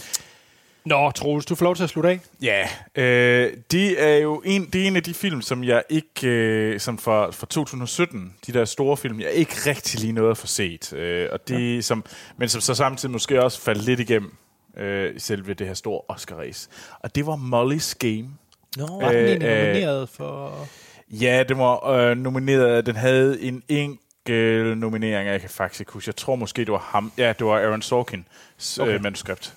Nå, Troels, du får lov til at slutte af. Ja, øh, det er jo en, det er en af de film, som jeg ikke, øh, som fra, fra to tusind og sytten, de der store film, jeg ikke rigtig lige nåede at få set. Øh, og det, ja. som, men som så samtidig måske også faldt lidt igennem øh, selve det her store Oscar-race. Og det var Molly's Game. Nå, var den egentlig øh, nomineret for... Ja, den var øh, nomineret. Den havde en enkelt nominering, jeg kan faktisk ikke huske. Jeg tror måske, det var ham. Ja, det var Aaron Sorkins okay. øh, manuskript.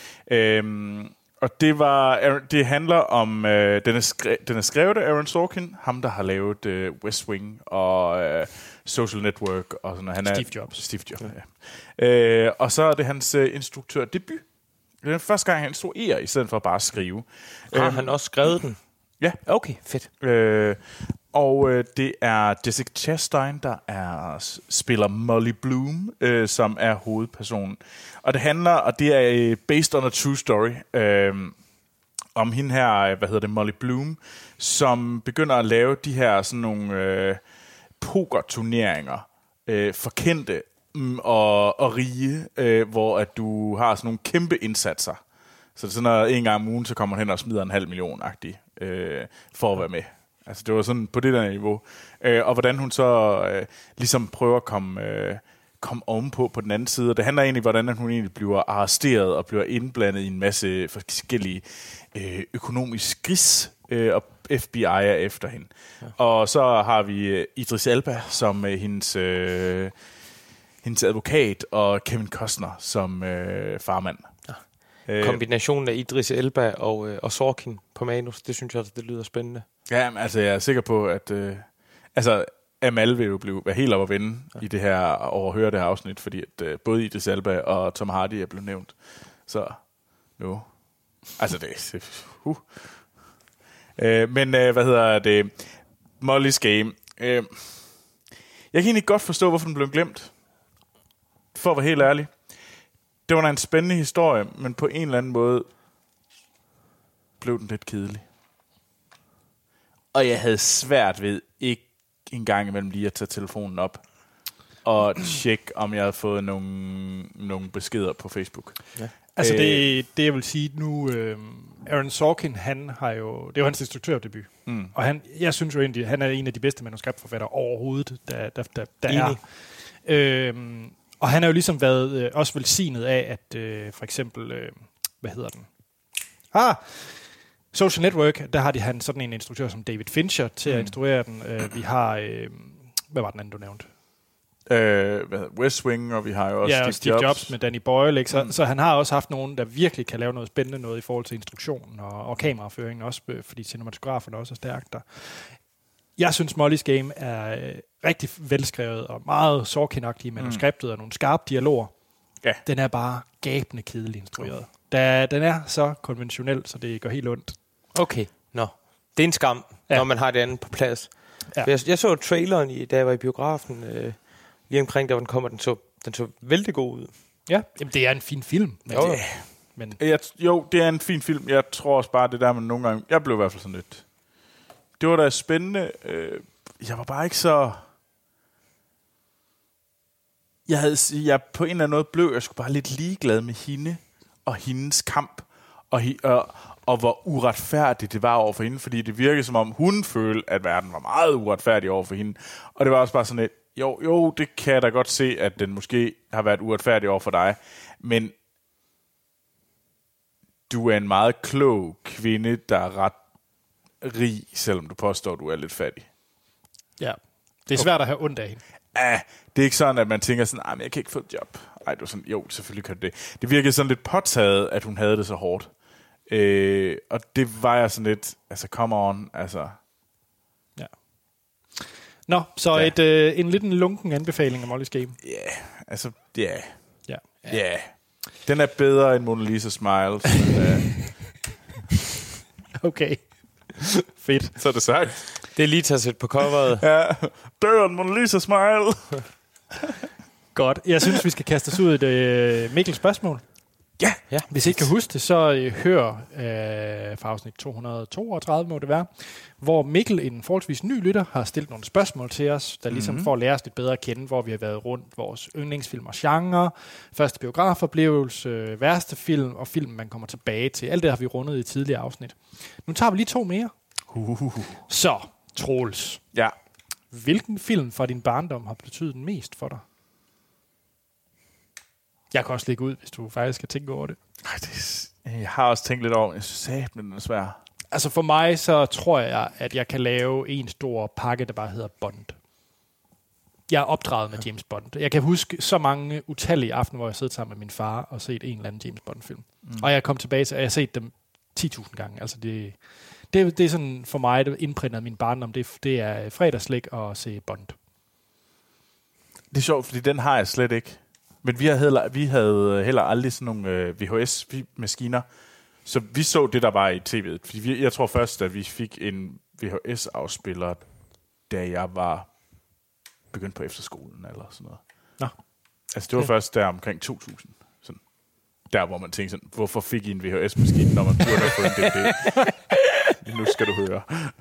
Øhm, og det var det handler om øh, den, er skre, den er skrevet af Aaron Sorkin, ham der har lavet øh, West Wing og øh, Social Network og sådan noget. Han Steve er, Jobs. Steve Jobs. Ja. Øh, og så er det hans øh, instruktør debut. Det er den første gang han instruerer i stedet for bare at skrive. Har øhm, han også skrevet den? Ja. Okay, fedt. Øh, og øh, det er Jessica Chastain, der er spiller Molly Bloom, øh, som er hovedpersonen. Og det handler, og det er øh, based on a true story, øh, om hende her, hvad hedder det, Molly Bloom, som begynder at lave de her sådan nogle øh, pokerturneringer øh, for kendte mm, og, og rige, øh, hvor at du har sådan nogle kæmpe indsatser. Så det er sådan, at en gang om ugen, så kommer hen og smider en halv million-agtig øh, for at være med. Altså det var sådan på det der niveau. Øh, og hvordan hun så øh, ligesom prøver at komme, øh, komme ovenpå på den anden side. Og det handler egentlig om, hvordan hun egentlig bliver arresteret og bliver indblandet i en masse forskellige øh, økonomisk gris, øh, og F B I er efter hende. Ja. Og så har vi øh, Idris Elba som øh, hendes, øh, hendes advokat, og Kevin Costner som øh, farmand. Kombinationen af Idris Elba og, øh, og Sorkin på manus, det synes jeg, det lyder spændende. Ja, altså jeg er sikker på, at øh, altså, Amal vil jo blive, være helt op at vinde ja. i det her, og høre det her afsnit, fordi at, øh, både Idris Elba og Tom Hardy er blevet nævnt. Så, jo. Altså det uh. øh, Men øh, hvad hedder det? Molly's Game. Øh, jeg kan egentlig godt forstå, hvorfor den blev glemt. For at være helt ærlig. Det var en spændende historie, men på en eller anden måde blev den lidt kedelig. Og jeg havde svært ved ikke en gang imellem lige at tage telefonen op og tjekke, om jeg havde fået nogle, nogle beskeder på Facebook. Ja. Altså det, det jeg vil sige nu, øh, Aaron Sorkin, han har jo, det er jo hans instruktørdebut. Mm. Og han, jeg synes jo egentlig, han er en af de bedste manuskriptforfattere overhovedet, der, der, der, der er. Øhm, Og han har jo ligesom været øh, også velsignet af, at øh, for eksempel, øh, hvad hedder den? Ah, Social Network, der har de han sådan en instruktør som David Fincher til mm. at instruere den. Øh, vi har, øh, hvad var den anden, du nævnte? Øh, hvad hedder, West Wing, og vi har jo også ja, Steve, Steve Jobs. Jobs med Danny Boyle. Ikke? Så, mm. så han har også haft nogen, der virkelig kan lave noget spændende noget i forhold til instruktionen og, og kameraføringen også, fordi cinematograferne også er stærkt der. Jeg synes, Molly's Game er øh, rigtig velskrevet og meget Sorkin-agtig i manuskriptet mm. og nogle skarpe dialoger. Ja. Den er bare gabende kedelig instrueret. Da, den er så konventionel, så det går helt ondt. Okay, nå. No. Det er en skam, ja. når man har det andet på plads. Ja. Jeg, jeg så traileren, i, da jeg var i biografen, øh, lige omkring, der den kommer, den så, den så vældig god ud. Ja, jamen, det er en fin film. Men jo. Det, men jeg, jo, det er en fin film. Jeg tror også bare, det der, man nogle gange... Jeg blev i hvert fald sådan lidt... Det var da spændende. Jeg var bare ikke så... Jeg havde, jeg på en eller anden måde blev jeg skulle bare lidt ligeglad med hende og hendes kamp og, og, og hvor uretfærdigt det var over for hende, fordi det virkede som om hun følte, at verden var meget uretfærdig over for hende. Og det var også bare sådan et, jo, jo, det kan jeg da godt se, at den måske har været uretfærdig over for dig, men du er en meget klog kvinde, der er ret rig, selvom du påstår, at du er lidt fattig. Ja, det er svært at have ondt af hende. Ah, det er ikke sådan, at man tænker sådan, ah, men jeg kan ikke få et job. Ej, du er sådan, jo, selvfølgelig kan du det. Det virkede sådan lidt påtaget, at hun havde det så hårdt. Øh, og det var jeg sådan lidt, altså, come on, altså. Ja. Nå, så ja. et, øh, en lidt en lunken anbefaling af Molly's Game. Ja, yeah, altså, ja. Yeah. Ja. Ja. Yeah. Den er bedre end Mona Lisa Smiles. Men, uh... Okay. Fedt. Så er det sagt. Det er lige til at sætte på coveret. Ja, bedre end Mona Lisa Smile. Godt. Jeg synes, vi skal kaste os ud i et øh, Mikkel spørgsmål. Ja. ja. Hvis I ikke kan huske det, så øh, hør øh, fra afsnit to hundrede og toogtredive, må det være, hvor Mikkel, en forholdsvis ny lytter, har stillet nogle spørgsmål til os, der ligesom mm-hmm. får at lære os lidt bedre at kende, hvor vi har været rundt vores yndlingsfilm og genre, første biografoplevelse, øh, værste film og film, man kommer tilbage til. Alt det har vi rundet i tidligere afsnit. Nu tager vi lige to mere. Uh. Så, Troels. Ja. Hvilken film fra din barndom har betydet mest for dig? Jeg kan også lægge ud, hvis du faktisk skal tænke over det. Ej, det er, jeg har også tænkt lidt over, jeg synes, at den er svær. Altså for mig, så tror jeg, at jeg kan lave en stor pakke, der bare hedder Bond. Jeg er opdraget med James Bond. Jeg kan huske så mange utallige aftener, hvor jeg sidder sammen med min far og set en eller anden James Bond-film. Mm. Og jeg kom tilbage til, at jeg har set dem ti tusind gange. Altså det, det, det er sådan for mig, det indprintet af min barndom. Det, det er fredagslæg og se Bond. Det er sjovt, fordi den har jeg slet ikke. Men vi havde heller, vi havde heller aldrig sådan nogle øh, V H S-maskiner, så vi så det, der var i tv'et. Fordi vi, jeg tror først, at vi fik en V H S-afspiller, da jeg var begyndt på efterskolen eller sådan noget. Nå. Altså, det var Okay. først der omkring to tusind. Sådan. Der, hvor man tænkte sådan, hvorfor fik I en V H S-maskine, når man burde have fået en D V D? Nu skal du høre.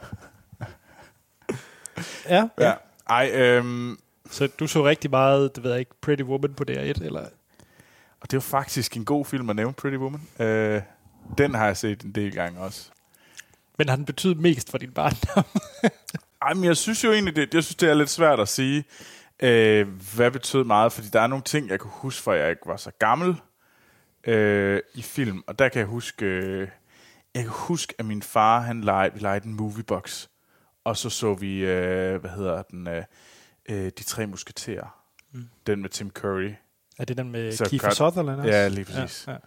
Ja. Ja. Ej, øhm, Så du så rigtig meget, det ved jeg ikke, Pretty Woman på D R et, eller? og det var faktisk en god film at nævne, Pretty Woman. Øh, den har jeg set en del gange også. Men har den betydet mest for din barndom? Ej, men jeg synes jo egentlig, det, jeg synes, det er lidt svært at sige, øh, hvad betød meget, fordi der er nogle ting, jeg kan huske, fra jeg ikke var så gammel øh, i film, og der kan jeg huske, øh, jeg kan huske, at min far, han legede, vi legede en moviebox, og så så vi, øh, hvad hedder den, øh, øh, De Tre Musketerer, mm. den med Tim Curry. Er det den med Så Kiefer cut- Sutherland også? Ja, lige præcis. Ja, ja.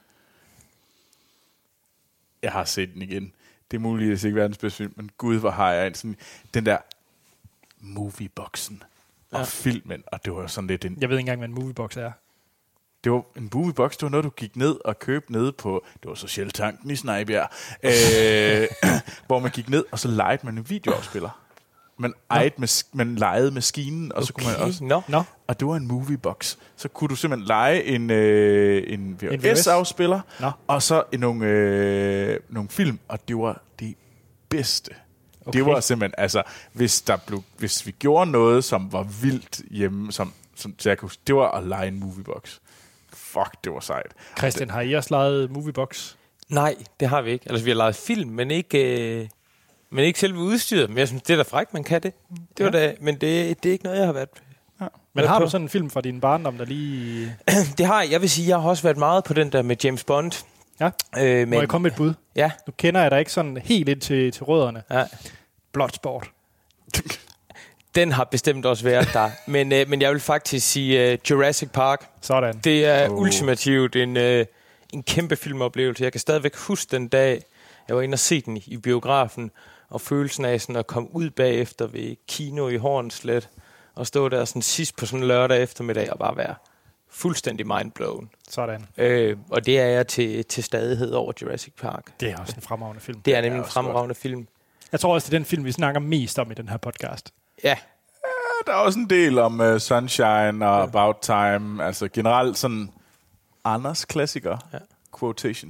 Jeg har set den igen. Det er muligvis ikke verdens bedste film, men gud, hvor har jeg en sådan, den der movieboxen og Ja. filmen, og det var jo sådan lidt en, Jeg ved ikke engang, hvad en moviebox er. det var en moviebox, det var noget, du gik ned og købte nede på, det var Socialtanken i Snejbjerg, øh, hvor man gik ned, og så legede man en videoafspiller. Man, ejede med, man lejede maskinen, og så kunne man også... Nå. Nå, Og det var en moviebox. Så kunne du simpelthen lege en, øh, en En V H S-afspiller, Nå. og så nogle, øh, nogle film, og det var det bedste. Okay. Det var simpelthen, altså, hvis, der blev, hvis vi gjorde noget, som var vildt hjemme, som, som så jeg kunne huske, det var at lege en moviebox. Fuck, det var sejt. Christian, har I også lejet moviebox? Nej, det har vi ikke. Altså, vi har lavet film, men ikke, øh, men ikke selve udstyret. Men jeg synes, det er da frækt, man kan det. Det var da, men det, det er ikke noget, jeg har været... Ja. Men Hvad har på? du sådan en film fra din barndom, der lige... Det har jeg. Jeg vil sige, jeg har også været meget på den der med James Bond. Ja, Øh, må men, jeg komme med et bud? Ja, Nu kender jeg dig ikke sådan helt ind til, til rødderne. ja. Bloodsport. Den har bestemt også været der. men, øh, men jeg vil faktisk sige uh, Jurassic Park. Sådan. Det er Oh. oh. ultimativt en, øh, en kæmpe filmoplevelse. Jeg kan stadigvæk huske den dag, jeg var inde og se den i biografen, og følelsen af sådan at komme ud bagefter ved kino i Hornslet, og stå der sådan sidst på sådan en lørdag eftermiddag og bare være fuldstændig mindblown. Sådan. Øh, og det er jeg til, til stadighed over Jurassic Park. Det er også en fremragende film. Det er nemlig en også fremragende film. Jeg tror også, det er den film, vi snakker mest om i den her podcast. Ja, Der er også en del om uh, Sunshine og About Time, altså generelt sådan Anders klassiker, Ja. quotation.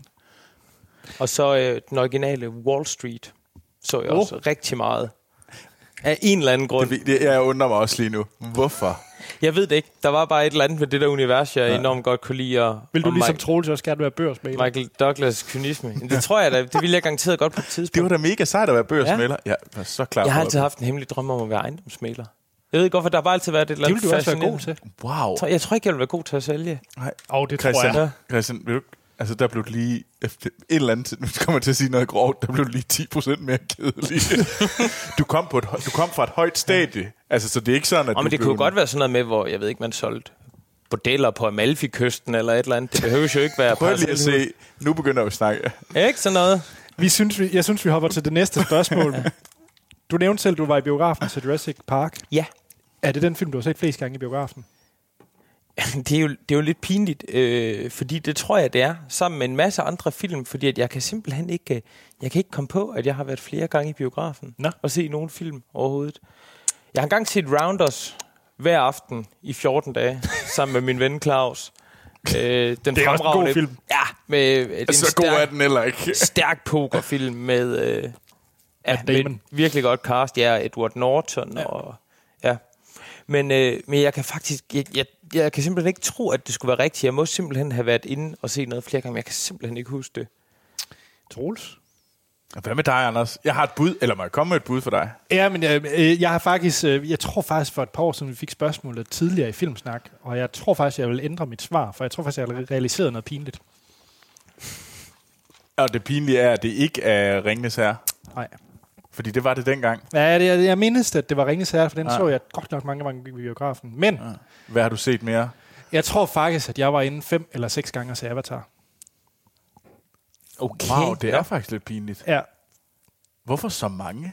og så øh, den originale Wall Street så jeg Oh. også rigtig meget. Af en eller anden grund. Det, det, jeg undrer mig også lige nu. Hvorfor? Jeg ved det ikke. Der var bare et eller andet ved det der univers, jeg Ja. enormt godt kunne lide. Og, Vil du og ligesom Mike, Troels også gerne være børsmægler? Michael Douglas kynisme. Det tror jeg da. Det ville jeg garanteret godt på et tidspunkt. Det var da mega sejt at være børsmælder. Ja. Jeg var så klar Jeg har for altid det. haft en hemmelig drøm om at være ejendomsmægler. Jeg ved ikke hvorfor, der har bare altid været et eller Det andet vil du også være god fascinerende. til. Wow. Jeg tror- Jeg tror ikke, jeg vil være god til at sælge. Nej. Åh, oh, det tror Christian, jeg. Christian, vil du, altså der blev lige, efter et eller andet, nu kommer jeg til at sige noget grovt, der blev lige ti procent mere kedelig. du, kom på et, hø- du kom fra et højt stadie, altså så det er ikke sådan, at Og du men det blev kunne en- godt være sådan noget med, hvor jeg ved ikke, man solgte bordeller på Amalfi-kysten eller et eller andet. Det behøver jo ikke være Prøv lige at parcelhus. se, nu begynder vi at snakke. Ikke sådan noget? Vi synes, vi, jeg synes, vi hopper til det næste spørgsmål. Du nævnte selv, du var i biografen til Jurassic Park. Ja. Er det den film, du har set flest gange i biografen? Det er jo, det er jo lidt pinligt, øh, fordi det tror jeg, det er, sammen med en masse andre film, fordi at jeg kan simpelthen ikke, øh, jeg kan ikke komme på, at jeg har været flere gange i biografen Nå. og se nogen film overhovedet. Jeg har engang set Rounders hver aften i fjorten dage, sammen med min ven Claus. Øh, den Det er også en god film. Ja, med øh, en Så god er stærk, den heller ikke. stærk pokerfilm med, øh, ja, Matt med Damon. et virkelig godt cast. Ja, Edward Norton Ja. og ja. Men, øh, men jeg kan faktisk, jeg, jeg, jeg kan simpelthen ikke tro, at det skulle være rigtigt. Jeg må simpelthen have været inde og set noget flere gange, men jeg kan simpelthen ikke huske det. Troels? Hvad med dig, Anders? Jeg har et bud, eller må jeg komme med et bud for dig? Ja, men jeg, øh, jeg har faktisk, øh, jeg tror faktisk for et par år siden, vi fik spørgsmålet tidligere i Filmsnak, og jeg tror faktisk, jeg vil ændre mit svar, for jeg tror faktisk, jeg har realiseret noget pinligt. Og det pinlige er, at det ikke er Ringenes Herre. Nej. Fordi det var det dengang. Ja, det, jeg, jeg mindes, at det var Ringenes Herre, for den Ja. så jeg godt nok mange gange i biografen. Men Ja. Hvad har du set mere? jeg tror faktisk, at jeg var inde fem eller seks gange og se Avatar. Okay. Wow, det er faktisk lidt pinligt. Ja, Hvorfor så mange?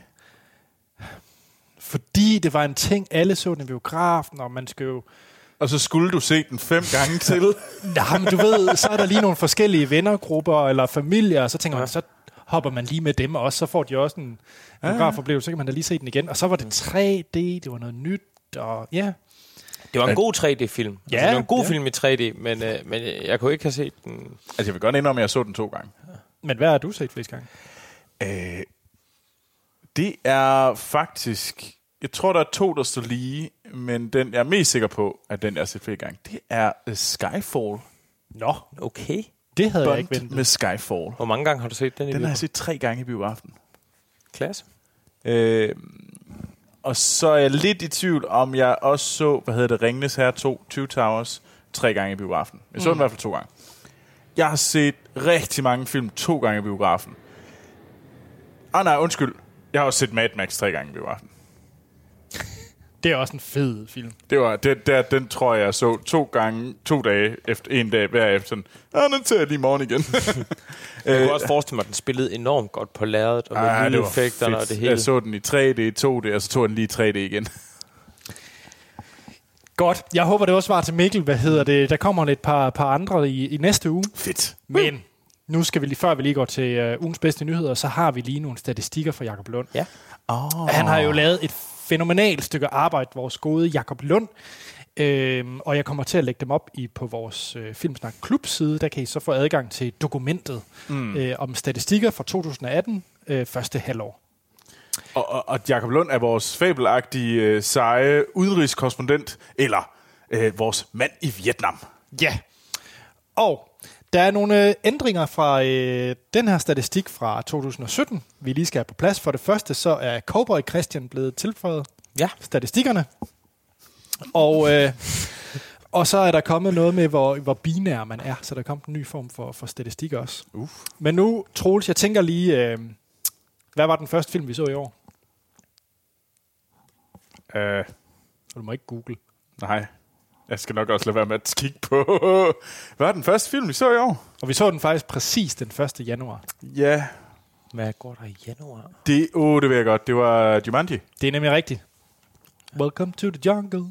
fordi det var en ting, alle så den i biografen, og man skal jo... Og så skulle du se den fem gange til. Ja, men du ved, så er der lige nogle forskellige vennergrupper eller familier, og så tænker man, så hopper man lige med dem, og også så får de også en biografoplevelse, så kan man da lige se den igen. Og så var det tre D, det var noget nyt, og ja... Det var en god tre D-film. Ja, altså, det var en god ja. film i tre D, men, øh, men jeg kunne ikke have set den... Altså, jeg vil godt indrømme, at jeg så den to gange. Men hvad har du set flest gange? Øh, det er faktisk... Jeg tror, der er to, der står lige, men den jeg er mest sikker på, at den jeg har set flere gange, det er uh, Skyfall. Nå, Okay. det havde Bond jeg ikke ventet. med Skyfall. Hvor mange gange har du set den i Den har jeg biografen? set tre gange i biografen. Klasse. Øh, og så er jeg lidt i tvivl, om jeg også så, hvad hedder det, Ringenes Herre to, Two Towers, tre gange i biografen. Jeg så mm. den i hvert fald to gange. Jeg har set rigtig mange film to gange i biografen. Ah nej, undskyld. Jeg har også set Mad Max tre gange i biografen. Det er også en fed film. Det var, det, der, den tror jeg, jeg så to gange, to dage, efter en dag hver efter. Sådan, ah, den tager jeg lige i morgen igen. Jeg kunne også forestille mig, at den spillede enormt godt på lærredet, og med Ah, det var lydeffekterne og fedt. det hele. Jeg så den i tre D, to D, og så tog jeg den lige i tre D igen. Godt. Jeg håber, det var svar til Mikkel. Hvad hedder det? Der kommer et par, par andre i, i næste uge. Fedt. Men nu skal vi lige, før vi lige går til uh, ugens bedste nyheder, så har vi lige nogle statistikker fra Jakob Lund. Ja. Oh. Han har jo lavet et fænomenalt stykke arbejde, vores gode Jakob Lund. Øhm, og jeg kommer til at lægge dem op i på vores øh, Filmsnak Klub-side. Der kan I så få adgang til dokumentet mm. øh, om statistikker fra to tusind atten, øh, første halvår. Og, og, og Jakob Lund er vores fabelagtige, øh, seje udenrigskorrespondent, eller øh, vores mand i Vietnam. Ja. Og der er nogle øh, ændringer fra øh, den her statistik fra to tusind sytten, vi lige skal have på plads. For det første, så er Cowboy Christian blevet tilføjet Ja. statistikkerne. Og, øh, og så er der kommet noget med, hvor, hvor binær man er. Så der er kommet en ny form for, for statistik også. Uh. Men nu, Troels, jeg tænker lige, øh, hvad var den første film, vi så i år? Uh, Du må ikke google. nej, jeg skal nok også lade være med at kigge på. Hvad var den første film, vi så i år? Og vi så den faktisk præcis den første januar. Ja, Hvad går der i januar? det, oh, det ved jeg godt. Det var Jumanji. Det er nemlig rigtigt. Welcome to the jungle.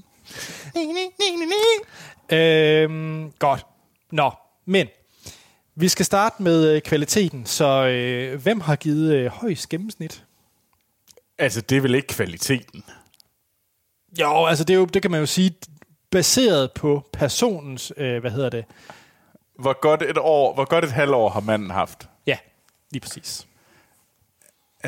øhm, godt. Nå, men vi skal starte med øh, kvaliteten. Så øh, hvem har givet øh, højst gennemsnit? Altså, det er vel ikke kvaliteten? Jo, altså det, er jo, det kan man jo sige, baseret på personens, øh, hvad hedder det? Hvor godt et år, hvor godt et halvår har manden haft? Ja, lige præcis. Uh,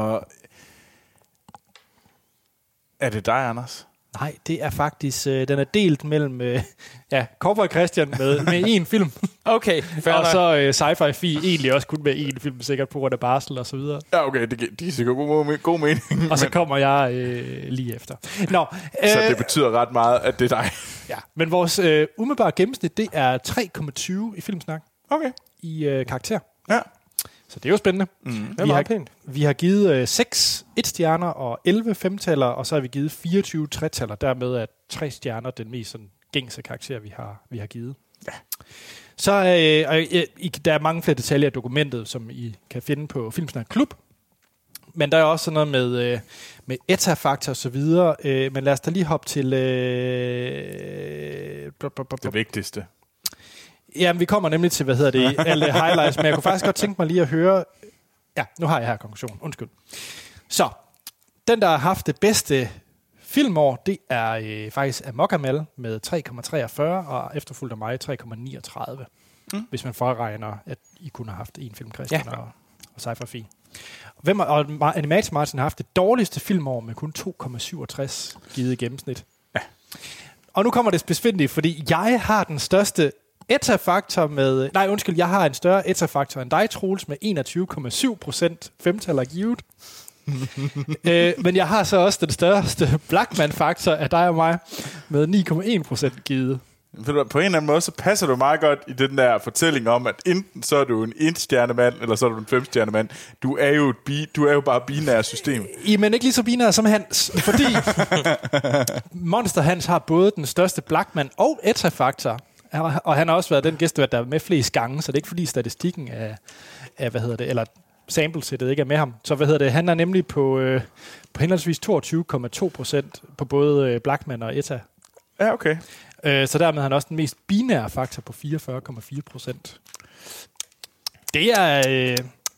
er det dig, Anders? Nej, det er faktisk, øh, den er delt mellem, øh, ja, Cowboy Christian med, med én film, Okay, fair og nok. så øh, Sci-Fi Fi egentlig også kun med én film, sikkert på grund af barsel og så videre. Ja, okay, det, gi- det er sikkert god, god mening. Og så men, kommer jeg øh, lige efter. Nå, så øh, det betyder ret meget, at det er dig. ja. Men vores øh, umiddelbare gennemsnit, det er tre komma tyve i Filmsnak Okay. i øh, karakter. Ja. Så det er jo spændende. Mm. Det er Vi meget har, pænt. vi har givet øh, seks et-stjerner og elleve femtaller, og så har vi givet fireogtyve tre-taller. Dermed er tre stjerner den mest sådan, gængse karakter, vi har, vi har givet. Ja. Så øh, og, øh, I, der er mange flere detaljer i dokumentet, som I kan finde på Filmsnak Klub. Men der er også sådan noget med, øh, med eta-faktor og så videre. Øh, men lad os da lige hoppe til... Øh, blub, blub, blub, Det vigtigste. Jamen, vi kommer nemlig til, hvad hedder det, alle highlights, men jeg kunne faktisk godt tænke mig lige at høre... Ja, nu har jeg her konklusion. Undskyld. Så, den, der har haft det bedste filmår, det er øh, faktisk Amok Amal med tre komma treogfyrre, og efterfulgt af mig tre komma niogtredive. Mm. Hvis man forregner, at I kunne have haft en film, Christian, Ja. og, og Sci-Fi Fi. Hvem har, og Animator Martin har haft det dårligste filmår med kun to komma syvogtres givet i gennemsnit. Ja. Og nu kommer det specifikt, fordi jeg har den største eta-faktor med... Nej, undskyld, jeg har en større eta-faktor end dig, Troels, med enogtyve komma syv procent femtaller givet. øh, men jeg har så også den største Blackman-faktor af dig og mig, med ni komma en procent givet. På en eller anden måde, så passer du meget godt i den der fortælling om, at enten så er du en et-stjernemand, eller så er du en fem-stjernemand. Du er jo, et bi, du er jo bare binære system. I, men ikke lige så binær som Hans, fordi Monster Hans har både den største Blackman og eta-faktor. Og han har også været den gæstevært, der er med flest gange, så det er ikke fordi statistikken er, er hvad hedder det, eller samplesættet ikke er med ham. Så hvad hedder det, han er nemlig på, øh, på henholdsvis toogtyve komma to procent på både øh, Blackman og eta. Ja, okay. Øh, så dermed er han også den mest binære faktor på fireogfyrre komma fire procent. Det er, øh,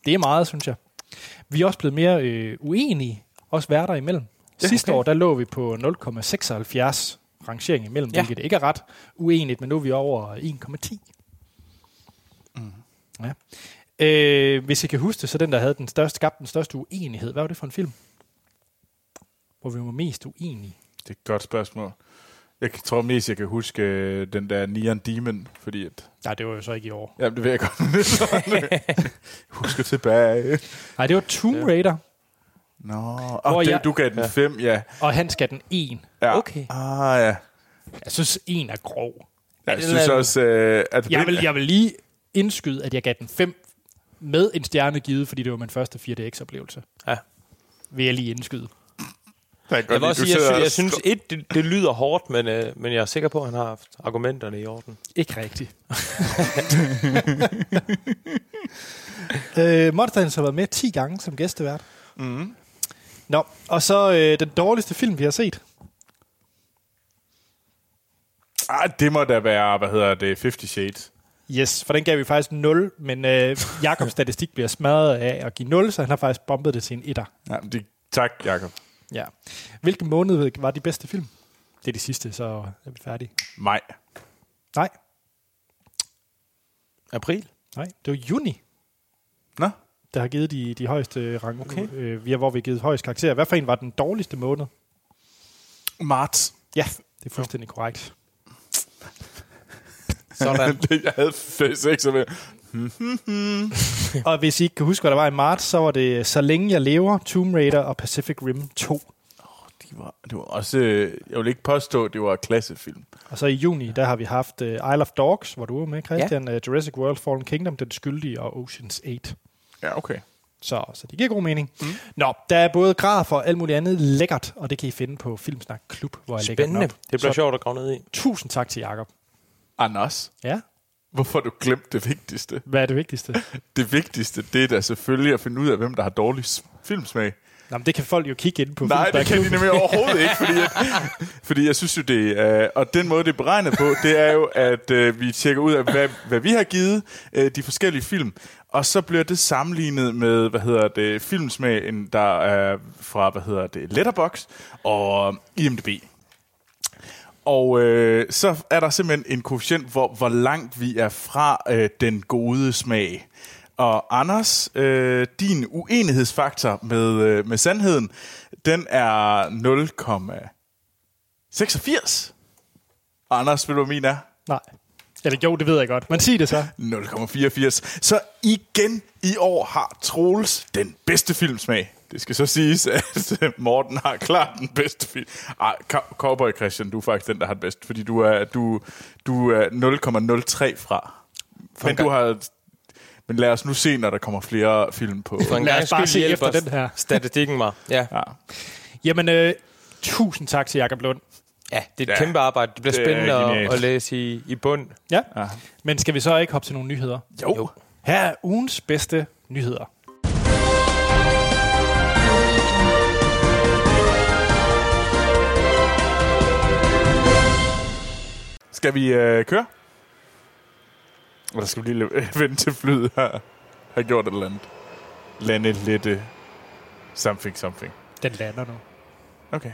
Det er meget, synes jeg. Vi er også blevet mere øh, uenige, også værter imellem. Ja, Sidste okay. år, der lå vi på nul komma seksoghalvfjerds rangering imellem, ja. hvilket ikke er ret uenigt, men nu er vi over en komma ti. Mm. Ja. Øh, hvis I kan huske det, så den, der havde den største, skabte den største uenighed, hvad var det for en film? Hvor vi var mest uenige? Det er et godt spørgsmål. Jeg tror mest, jeg kan huske øh, den der Neon Demon, fordi at... Nej, det var jo så ikke i år. Jamen, det ved jeg godt. Husker tilbage. Nej, det var Tomb Raider. Nå, oh, jeg, du gav den fem, ja. ja. Og han skal den en. Ja. Okay. Ah, ja. Jeg synes, en er grov. Jeg ja, synes også, øh, at... Jeg vil, jeg vil lige indskyde, at jeg gav den fem med en stjerne givet, fordi det var min første fire D X-oplevelse. Ja. Vil jeg lige indskyde. Jeg, jeg, også sige, jeg, jeg synes, et, det, det lyder hårdt, men, øh, men jeg er sikker på, at han har haft argumenterne i orden. Ikke rigtigt. øh, Monsters har været med ti gange som gæstevært. Mm. Nå, og så øh, den dårligste film, vi har set. Ah, det må da være, hvad hedder det, Fifty Shades. Yes, for den gav vi faktisk nul, men øh, Jakobs statistik bliver smadret af at give nul, så han har faktisk bombet det til en etter. Ja, det, tak, Jakob. Ja. Hvilken måned var de bedste film? Det er de sidste, så er vi færdige. Maj. Nej. April? Nej, det var juni. Nå? Der har givet de, de højeste rang, okay. øh, via hvor vi har givet højst karakter. Hvad for en var den dårligste måned? Marts. Ja, det er fuldstændig korrekt. Sådan. Jeg havde seks med. Og hvis I ikke kan huske, hvad der var i marts, så var det Så længe jeg lever, Tomb Raider og Pacific Rim to. Oh, de var, det var også, jeg vil ikke påstå, at det var klassefilm. Og så i juni, der har vi haft uh, Isle of Dogs, hvor du var med, Christian, ja. uh, Jurassic World Fallen Kingdom, Den skyldige og Ocean's otte. Ja, okay. Så, så det giver god mening. Mm. Nå, der er både graf og alt muligt andet lækkert, og det kan I finde på Filmsnak Klub, hvor jeg lægger den op. Det bliver så, sjovt at grave ned i. Tusind tak til Jakob. Anders? Ja? Hvorfor har du glemt det vigtigste? Hvad er det vigtigste? Det vigtigste, det er da selvfølgelig at finde ud af, hvem der har dårlig filmsmag. Nå, men det kan folk jo kigge ind på. Nej, det kan de nemlig overhovedet ikke, fordi, at, fordi jeg synes jo det er, og den måde det er beregnet på, det er jo, at øh, vi tjekker ud af, hvad, hvad vi har givet øh, de forskellige film, og så bliver det sammenlignet med, hvad hedder det, filmsmagen, der er fra, hvad hedder det, Letterboxd og I M D B. Og øh, så er der simpelthen en koefficient, hvor, hvor langt vi er fra øh, den gode smag. Og Anders, øh, din uenighedsfaktor med, øh, med sandheden, den er nul komma seksogfirs. Anders, ved du, hvad min er? Nej. Eller jo, det ved jeg godt. Men sig det så. nul komma fireogfirs. Så igen i år har Troels den bedste filmsmag. Det skal så siges, at Morten har klart den bedste film. Ej, Cowboy Christian, du er faktisk den, der har den bedste, fordi du er, du, du er nul komma nul tre fra. Men du har... Men lad os nu se, når der kommer flere film på. Lad os bare se efter den her. Statistikken var. Ja. ja. Jamen, øh, tusind tak til Jakob Lund. Ja, det er et ja. kæmpe arbejde. Det bliver det spændende at, at læse i, i bund. Ja. ja, men skal vi så ikke hoppe til nogle nyheder? Jo. jo. Her er ugens bedste nyheder. Skal vi øh, køre? Eller skal vi lige vente til flyet her har gjort et eller andet? Lande lidt uh, something, something. Den lander nu. Okay.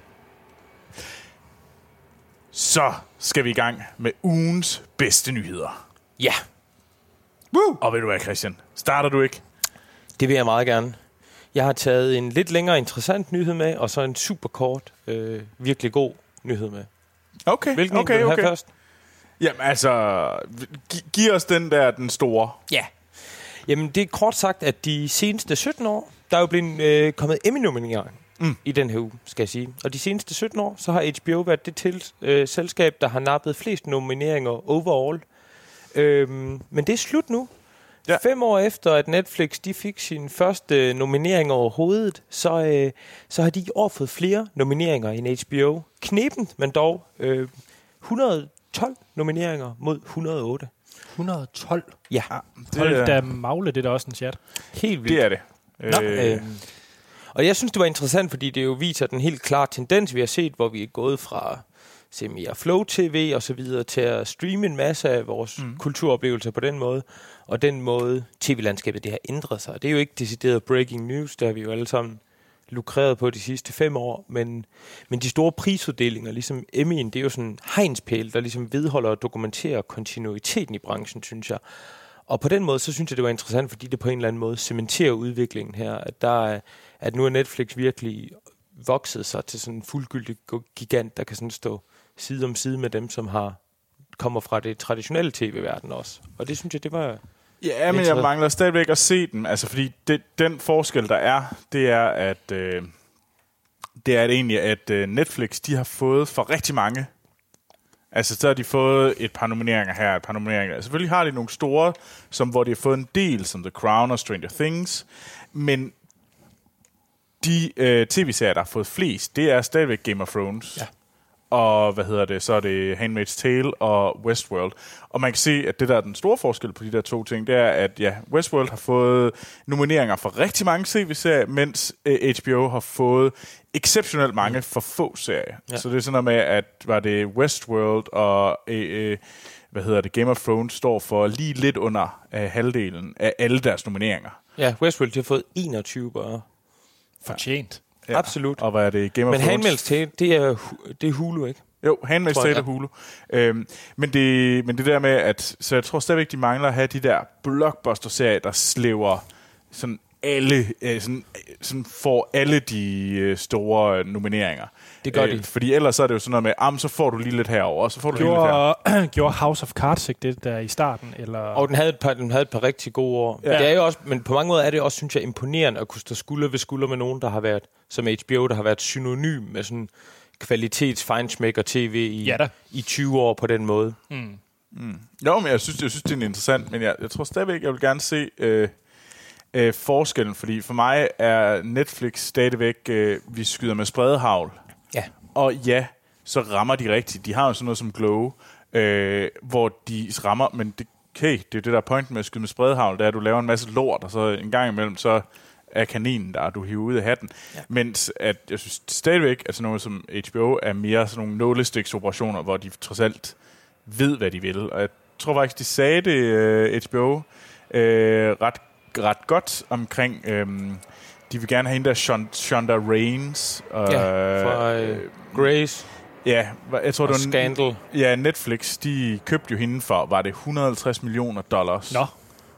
Så skal vi i gang med ugens bedste nyheder. Ja. Woo! Og ved du hvad, Christian? Starter du ikke? Det vil jeg meget gerne. Jeg har taget en lidt længere interessant nyhed med, og så en super kort, øh, virkelig god nyhed med. Okay, Hvilken okay, vil du okay. have først? Jamen altså, gi- giv os den der, den store. Ja. Jamen det er kort sagt, at de seneste sytten år, der er jo blevet øh, kommet Emmy-nomineringer mm. i den her uge, skal jeg sige. Og de seneste sytten år, så har H B O været det til, øh, selskab, der har nappet flest nomineringer overall. Øhm, men det er slut nu. Ja. Fem år efter, at Netflix de fik sin første nominering overhovedet, så, øh, så har de i år fået flere nomineringer end H B O. Knebent, men dog øh, et hundrede og tolv nomineringer mod et hundrede og otte. et hundrede og tolv? Ja. Det Hold er, da magle, det er da også en chat. Helt vildt. Det er det. Nå, øh. Øh, og jeg synes, det var interessant, fordi det jo viser den helt klare tendens, vi har set, hvor vi er gået fra se mere flow-tv og så videre, til at streame en masse af vores mm. kulturoplevelser på den måde. Og den måde, tv-landskabet det har ændret sig. Det er jo ikke decideret breaking news, der har vi jo alle sammen lukreret på de sidste fem år, men, men de store prisuddelinger, ligesom Emmy'en, det er jo sådan en hegnspæl, der ligesom vedholder og dokumenterer kontinuiteten i branchen, synes jeg. Og på den måde, så synes jeg, det var interessant, fordi det på en eller anden måde cementerer udviklingen her, at, der er, at nu er Netflix virkelig vokset sig til sådan en fuldgyldig gigant, der kan sådan stå side om side med dem, som har kommer fra det traditionelle tv-verden også. Og det synes jeg, det var... Ja, men jeg mangler stadigvæk at se den, altså fordi det, den forskel, der er, det er, at øh, det er at egentlig, at øh, Netflix, de har fået for rigtig mange. Altså, så har de fået et par nomineringer her, et par nomineringer der. Selvfølgelig har de nogle store, som hvor de har fået en del, som The Crown og Stranger Things, men de øh, tv-serier, der har fået flest, det er stadigvæk Game of Thrones. Ja. Og hvad hedder det, så er det Handmaid's Tale og Westworld. Og man kan se, at det der er den store forskel på de der to ting, det er, at ja, Westworld har fået nomineringer for rigtig mange tv-serier, mens øh, H B O har fået exceptionelt mange mm. for få serier. Ja. Så det er sådan noget med, at var det Westworld og øh, øh, hvad hedder det, Game of Thrones står for lige lidt under øh, halvdelen af alle deres nomineringer. Ja, Westworld har fået enogtyve bare. Fortjent. Ja. Absolut. Og hvad er det? Game of men Thrones? Handmaid's Tale, det er, det er Hulu, ikke? Jo, Handmaid's Tale er Hulu. Øhm, men, det, men det der med, at så jeg tror stadigvæk, de mangler at have de der blockbuster-serier, der slæver sådan alle, øh, sådan, sådan får alle de øh, store øh, nomineringer. Det gør øh, de. Fordi ellers så er det jo sådan noget med, ah, så får du lige lidt herover, og så får du gjorde, lige lidt her. Gjorde House of Cards ikke det der i starten? Eller? Og den havde, et par, den havde et par rigtig gode år. Ja. Det er jo også, men på mange måder er det også, synes jeg, imponerende at kunne stå skulder ved skulder med nogen, der har været, som H B O, der har været synonym med sådan kvalitets feinschmecker tv i, ja, i tyve år på den måde. Mm. Mm. Jo, men jeg synes, jeg synes, det er interessant, men jeg, jeg tror stadigvæk, jeg vil gerne se øh, øh, forskellen, fordi for mig er Netflix stadigvæk, øh, vi skyder med spredehagl. Ja. Og ja, så rammer de rigtigt. De har jo sådan noget som Glow, øh, hvor de rammer, men det, hey, det er det der er pointen med at skyde med spredehagl, det er, at du laver en masse lort, og så en gang imellem, så er kaninen der, du hiver ud af hatten. Ja. Mens at jeg synes stadigvæk, at sådan noget som H B O er mere sådan nogle nålestiksoperationer, hvor de trods alt ved, hvad de vil. Og jeg tror faktisk, de sagde det, uh, H B O, uh, ret, ret godt omkring, um, de vil gerne have hende der Shonda Rhimes. Uh, ja, fra uh, Grace. Ja, jeg tror, og det var Scandal. Ja, Netflix, de købte jo hende for, var det et hundrede og halvtreds millioner dollars. Nå.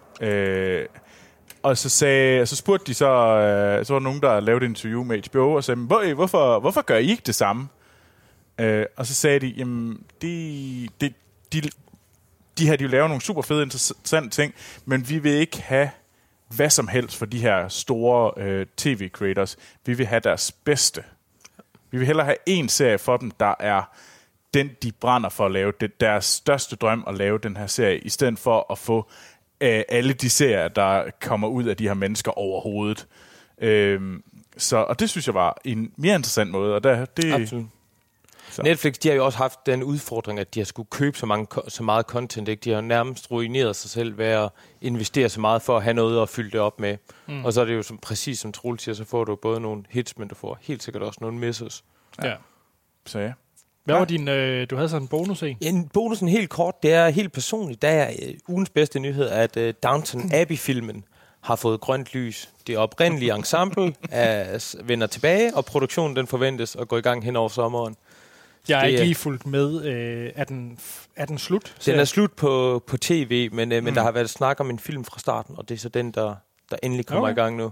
Uh, Og så, sagde, så spurgte de så, øh, så var der nogen, der lavede et interview med H B O, og sagde, Hvor, hvorfor, hvorfor gør I ikke det samme? Øh, og så sagde de, jamen, de, de, de, de har de jo lavet nogle super fede, interessante ting, men vi vil ikke have hvad som helst for de her store øh, tv-creators. Vi vil have deres bedste. Vi vil hellere have en serie for dem, der er den, de brænder for at lave. Det er deres største drøm at lave den her serie, i stedet for at få alle de serier, der kommer ud af de her mennesker overhovedet. Øhm, så, og det synes jeg var en mere interessant måde. Og der, det, Absolut. Så. Netflix, de har jo også haft den udfordring, at de har skulle købe så, mange, så meget content. Ikke? De har nærmest ruineret sig selv ved at investere så meget for at have noget at fylde det op med. Mm. Og så er det jo som, præcis som Troels siger, så får du både nogle hits, men du får helt sikkert også nogle misses. Ja. Ja. Så ja. Hvad var din, øh, du havde sådan en bonus en? Ja, en bonusen helt kort, det er helt personligt. Der er øh, ugens bedste nyhed, at øh, Downton Abbey-filmen har fået grønt lys. Det oprindelige ensemble er, vender tilbage, og produktionen den forventes at gå i gang hen over sommeren. Jeg er ikke lige fulgt med. Øh, er, den, er den slut? Den er slut på, på tv, men, øh, mm. men der har været snak om en film fra starten, og det er så den, der, der endelig kommer okay. i gang nu.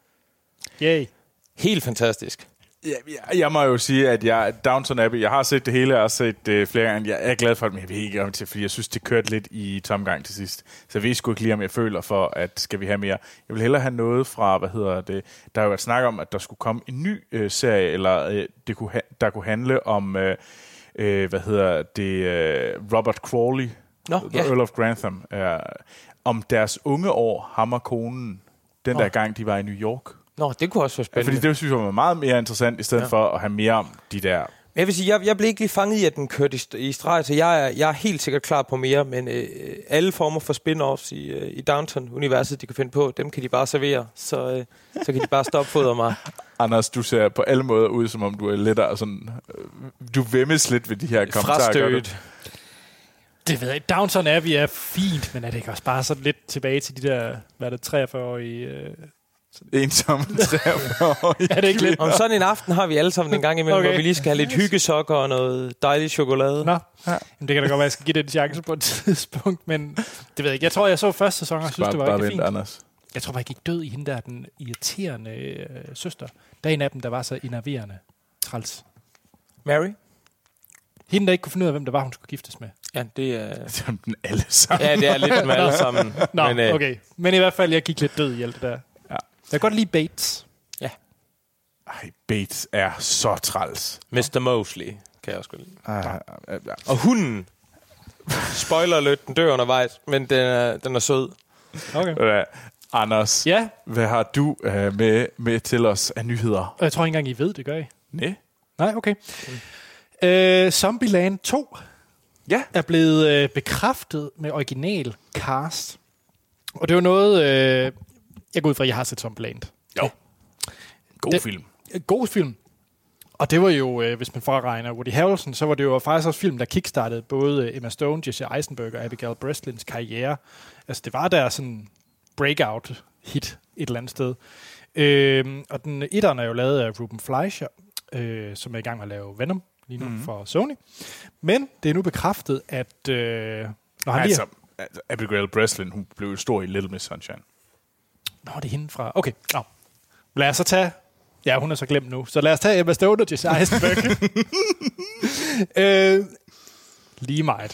Yay. Helt fantastisk. Ja, jeg, jeg må jo sige, at jeg Downton Abbey, jeg har set det hele, jeg har set det uh, flere gange. Jeg er glad for det, men jeg vil ikke om til, fordi jeg synes, det kørte lidt i tomgang til sidst. Så jeg ved sgu ikke lige, om jeg føler for, at skal vi have mere. Jeg vil hellere have noget fra, hvad hedder det, der har jo været snak om, at der skulle komme en ny uh, serie, eller uh, det kunne ha- der kunne handle om, uh, uh, hvad hedder det, uh, Robert Crawley, Nå, The ja. Earl of Grantham, uh, om deres unge år, ham og konen, den Nå. der gang, de var i New York. Nå, det kunne også være spændende. Ja, fordi det synes jeg var meget mere interessant, i stedet ja. for at have mere om de der... Jeg vil sige, jeg, jeg blev ikke lige fanget i, at den kørte i, i streg, så jeg er, jeg er helt sikkert klar på mere, men øh, alle former for spin-offs i, øh, i Downton-universet, de kan finde på, dem kan de bare servere, så, øh, så kan de bare stoppe fodre mig. Anders, du ser på alle måder ud, som om du er lettere sådan... Du vemmes lidt ved de her kommentarer. Det ved jeg. Downton Abbey er fint, men er det ikke også bare sådan lidt tilbage til de der, hvad er det, treogfyrre-årige... Øh, ensomme treogfyrre-årige. Er det ikke lidt? Om sådan en aften har vi alle sammen en gang imellem, okay. Hvor vi lige skal have lidt hyggesokker og noget dejlig chokolade. Nå, ja. Det kan da godt være, at jeg skal give det en chance på et tidspunkt, men det ved jeg ikke. Jeg tror, jeg så første sæson, og synes, bare, det var bare ikke fint. Anders. Jeg tror bare, jeg gik død i hende der, den irriterende øh, søster. Der er en af dem, der var så enerverende træls. Mary? Hende, der ikke kunne finde ud af, hvem det var, hun skulle giftes med. Ja, det er... Det er den alle sammen. Ja, det er lidt dem alle sammen. Nå, men, øh... okay. Men i hvert fald, jeg gik lidt død i alt det der. Ja. Jeg kan godt lide Bates. Ja. Ej, Bates er så træls. mister Mosley, kan jeg også godt lide. Ah, ja, ja. Og hunden. Spoiler lidt, den dør undervejs, men den er, den er sød. Okay. Ja. Anders, ja? Hvad har du uh, med, med til os af nyheder? Jeg tror ikke engang, I ved, det gør I. Nej. Nej, okay. Mm. Uh, Zombieland to ja. er blevet uh, bekræftet med original cast. Og det var noget... Uh, jeg går ud fra, at jeg har set Zombieland. Jo. God det, film. God film. Og det var jo, øh, hvis man forregner Woody Harrelson, så var det jo faktisk også film, der kickstartede både Emma Stone, Jesse Eisenberg og Abigail Breslins karriere. Altså det var der sådan breakout hit et eller andet sted. Øh, og den etteren er jo lavet af Ruben Fleischer, øh, som er i gang med at lave Venom lige nu mm-hmm. for Sony. Men det er nu bekræftet, at... Øh, når han altså, lige... Abigail Breslin, hun blev jo stor i Little Miss Sunshine. Nå, det er hende fra... Okay, nå. Lad os så tage... Ja, hun er så glemt nu. Så lad os tage Emma Stone og Jesse Eisenberg. øh, lige meget.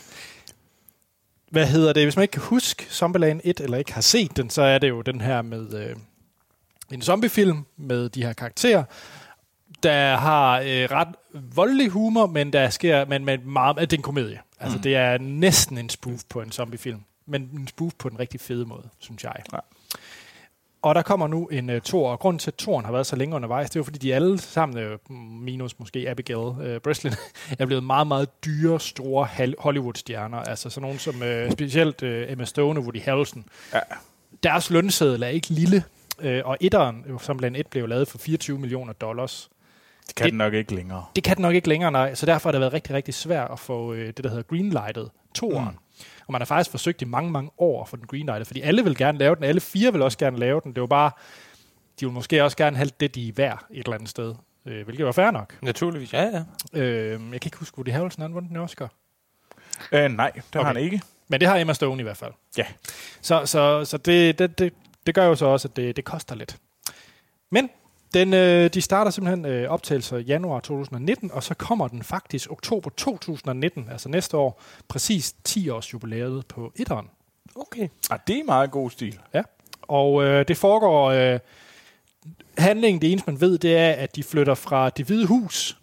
Hvad hedder det? Hvis man ikke kan huske Zombieland et, eller ikke har set den, så er det jo den her med øh, en zombiefilm med de her karakterer, der har øh, ret voldelig humor, men der sker, men, men meget, det er en komedie. Altså, mm. det er næsten en spoof på en zombiefilm, men en spoof på en rigtig fed måde, synes jeg. Ja. Og der kommer nu en uh, toer, og grunden til, at toeren har været så længe undervejs, det er jo, fordi de alle sammen, uh, minus måske Abigail uh, Breslin, er blevet meget, meget dyre, store Hollywood-stjerner. Altså sådan nogle som uh, specielt uh, Emma Stone og Woody Harrelson. Ja. Deres lønseddel er ikke lille, uh, og etteren, som blandt et, blev lavet for fireogtyve millioner dollars. Det kan det, den nok ikke længere. Det kan den nok ikke længere, nej. Så derfor har det været rigtig, rigtig svært at få uh, det, der hedder greenlightet toeren. Mm. Og man har faktisk forsøgt i mange, mange år for den greenlightet, fordi alle vil gerne lave den, alle fire vil også gerne lave den. Det var bare, de vil måske også gerne have det, de er værd et eller andet sted, øh, hvilket var fair nok. Naturligvis, ja, ja. Øh, jeg kan ikke huske, hvor det Harrelson han vundet den Oscar. Øh, nej, det okay. har han ikke. Men det har Emma Stone i hvert fald. Ja. Så, så, så det, det, det, det gør jo så også, at det, det koster lidt. Men den, øh, de starter simpelthen øh, optagelser i januar to tusind nitten, og så kommer den faktisk oktober to tusind nitten, altså næste år, præcis ti års jubilæet på etteren. Okay. Ah, det er meget god stil. Ja, og øh, det foregår... Øh, handlingen, det eneste man ved, det er, at de flytter fra Det Hvide Hus.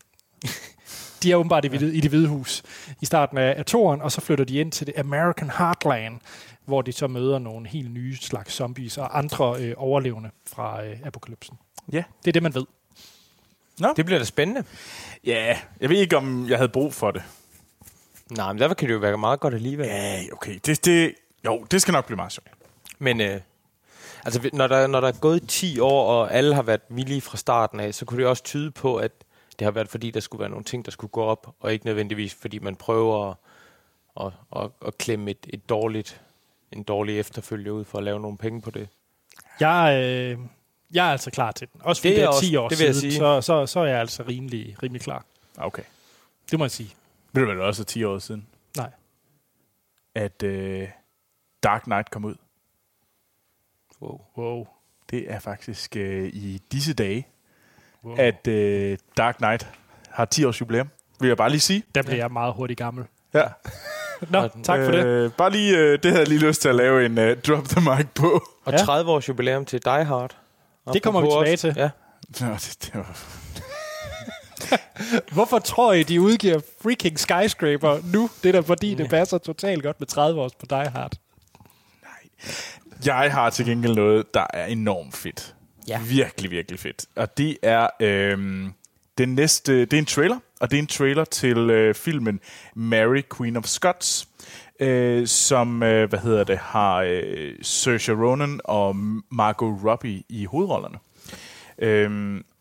De er åbenbart i, ja. i Det Hvide Hus i starten af, af toeren, og så flytter de ind til det American Heartland, hvor de så møder nogle helt nye slags zombies og andre øh, overlevende fra øh, apokalypsen. Ja. Det er det, man ved. Nå. Det bliver da spændende. Ja, jeg ved ikke, om jeg havde brug for det. Nej, men derfor kan det jo være meget godt alligevel. Ja, okay. Det, det, jo, det skal nok blive meget sjovt. Men øh, altså, når, der, når der er gået ti år, og alle har været villige fra starten af, så kunne det også tyde på, at det har været, fordi der skulle være nogle ting, der skulle gå op, og ikke nødvendigvis, fordi man prøver at, at, at, at klemme et, et dårligt, en dårlig efterfølge ud for at lave nogle penge på det. Jeg, øh, jeg er altså klar til den. Også fordi det er, det er ti år det siden, så, så, så er jeg altså rimelig, rimelig klar. Okay. Det må jeg sige. Ved du, hvad det også er ti år siden? Nej. At øh, Dark Knight kom ud. Wow. wow. Det er faktisk øh, i disse dage, wow. at øh, Dark Knight har ti års jubilæum. Vil jeg bare lige sige. Der bliver ja. jeg meget hurtigt gammel. Ja. Nå, tak for øh, det. Bare lige, øh, det havde jeg lige lyst til at lave en uh, drop the mic på. Og ja. tredive års jubilæum til Die Hard. Det kommer vi tilbage til. Ja. Nå, det, det var... Hvorfor tror I, de udgiver freaking Skyscraper nu? Det er da fordi, ja. det passer totalt godt med tredive års på Die Hard. Nej. Jeg har til gengæld noget, der er enormt fedt. Ja. Virkelig, virkelig fedt. Og det er øhm, den næste, det er en trailer, og det er en trailer til øh, filmen Mary, Queen of Scots, øh, som, øh, hvad hedder det, har øh, Saoirse Ronan og Margot Robbie i hovedrollerne. Øhm,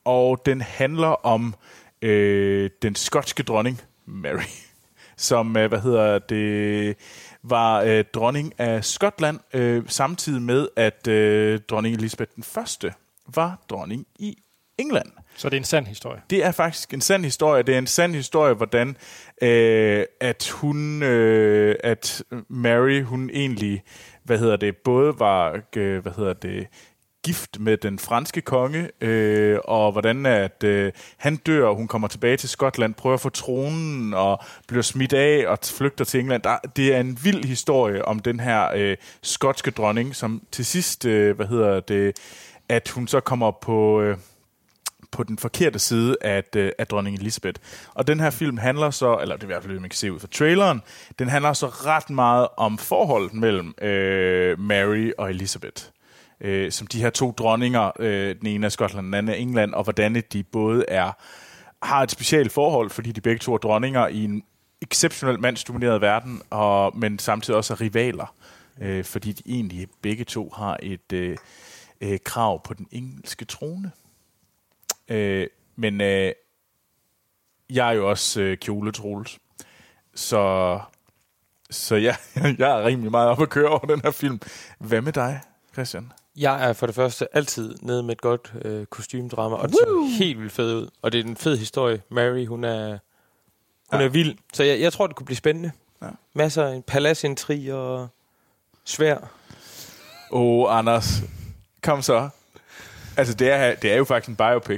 og den handler om øh, den skotske dronning, Mary, som, øh, hvad hedder det, var øh, dronning af Skotland, øh, samtidig med, at øh, dronning Elizabeth den Første var dronning i England. Så det er en sand historie? Det er faktisk en sand historie. Det er en sand historie, hvordan øh, at hun, øh, at Mary, hun egentlig, hvad hedder det, både var, øh, hvad hedder det, gift med den franske konge, øh, og hvordan at øh, han dør, og hun kommer tilbage til Skotland, prøver at få tronen, og bliver smidt af, og flygter til England. Der, det er en vild historie om den her øh, skotske dronning, som til sidst, øh, hvad hedder det, at hun så kommer på... Øh, på den forkerte side af, af dronning Elizabeth. Og den her film handler så, eller det er i hvert fald, man kan se ud fra traileren, den handler så ret meget om forholdet mellem øh, Mary og Elizabeth. Øh, som de her to dronninger, øh, den ene af Skotland, den anden af England, og hvordan de både er har et specielt forhold, fordi de begge to er dronninger i en exceptionelt mandsdomineret verden, og, men samtidig også er rivaler, øh, fordi de egentlig begge to har et øh, øh, krav på den engelske trone. Øh, men øh, jeg er jo også øh, kjoletrols, så, så ja, jeg er rimelig meget op at køre over den her film. Hvad med dig, Christian? Jeg er for det første altid nede med et godt øh, kostumedrama, og det ser helt vildt fed ud. Og det er en fed historie. Mary, hun er, hun ja. er vild. Så jeg, jeg tror, det kunne blive spændende. Ja. Masser af paladsintrig og svær. Åh, oh, Anders. Kom så. Altså, det er, det er jo faktisk en biopic.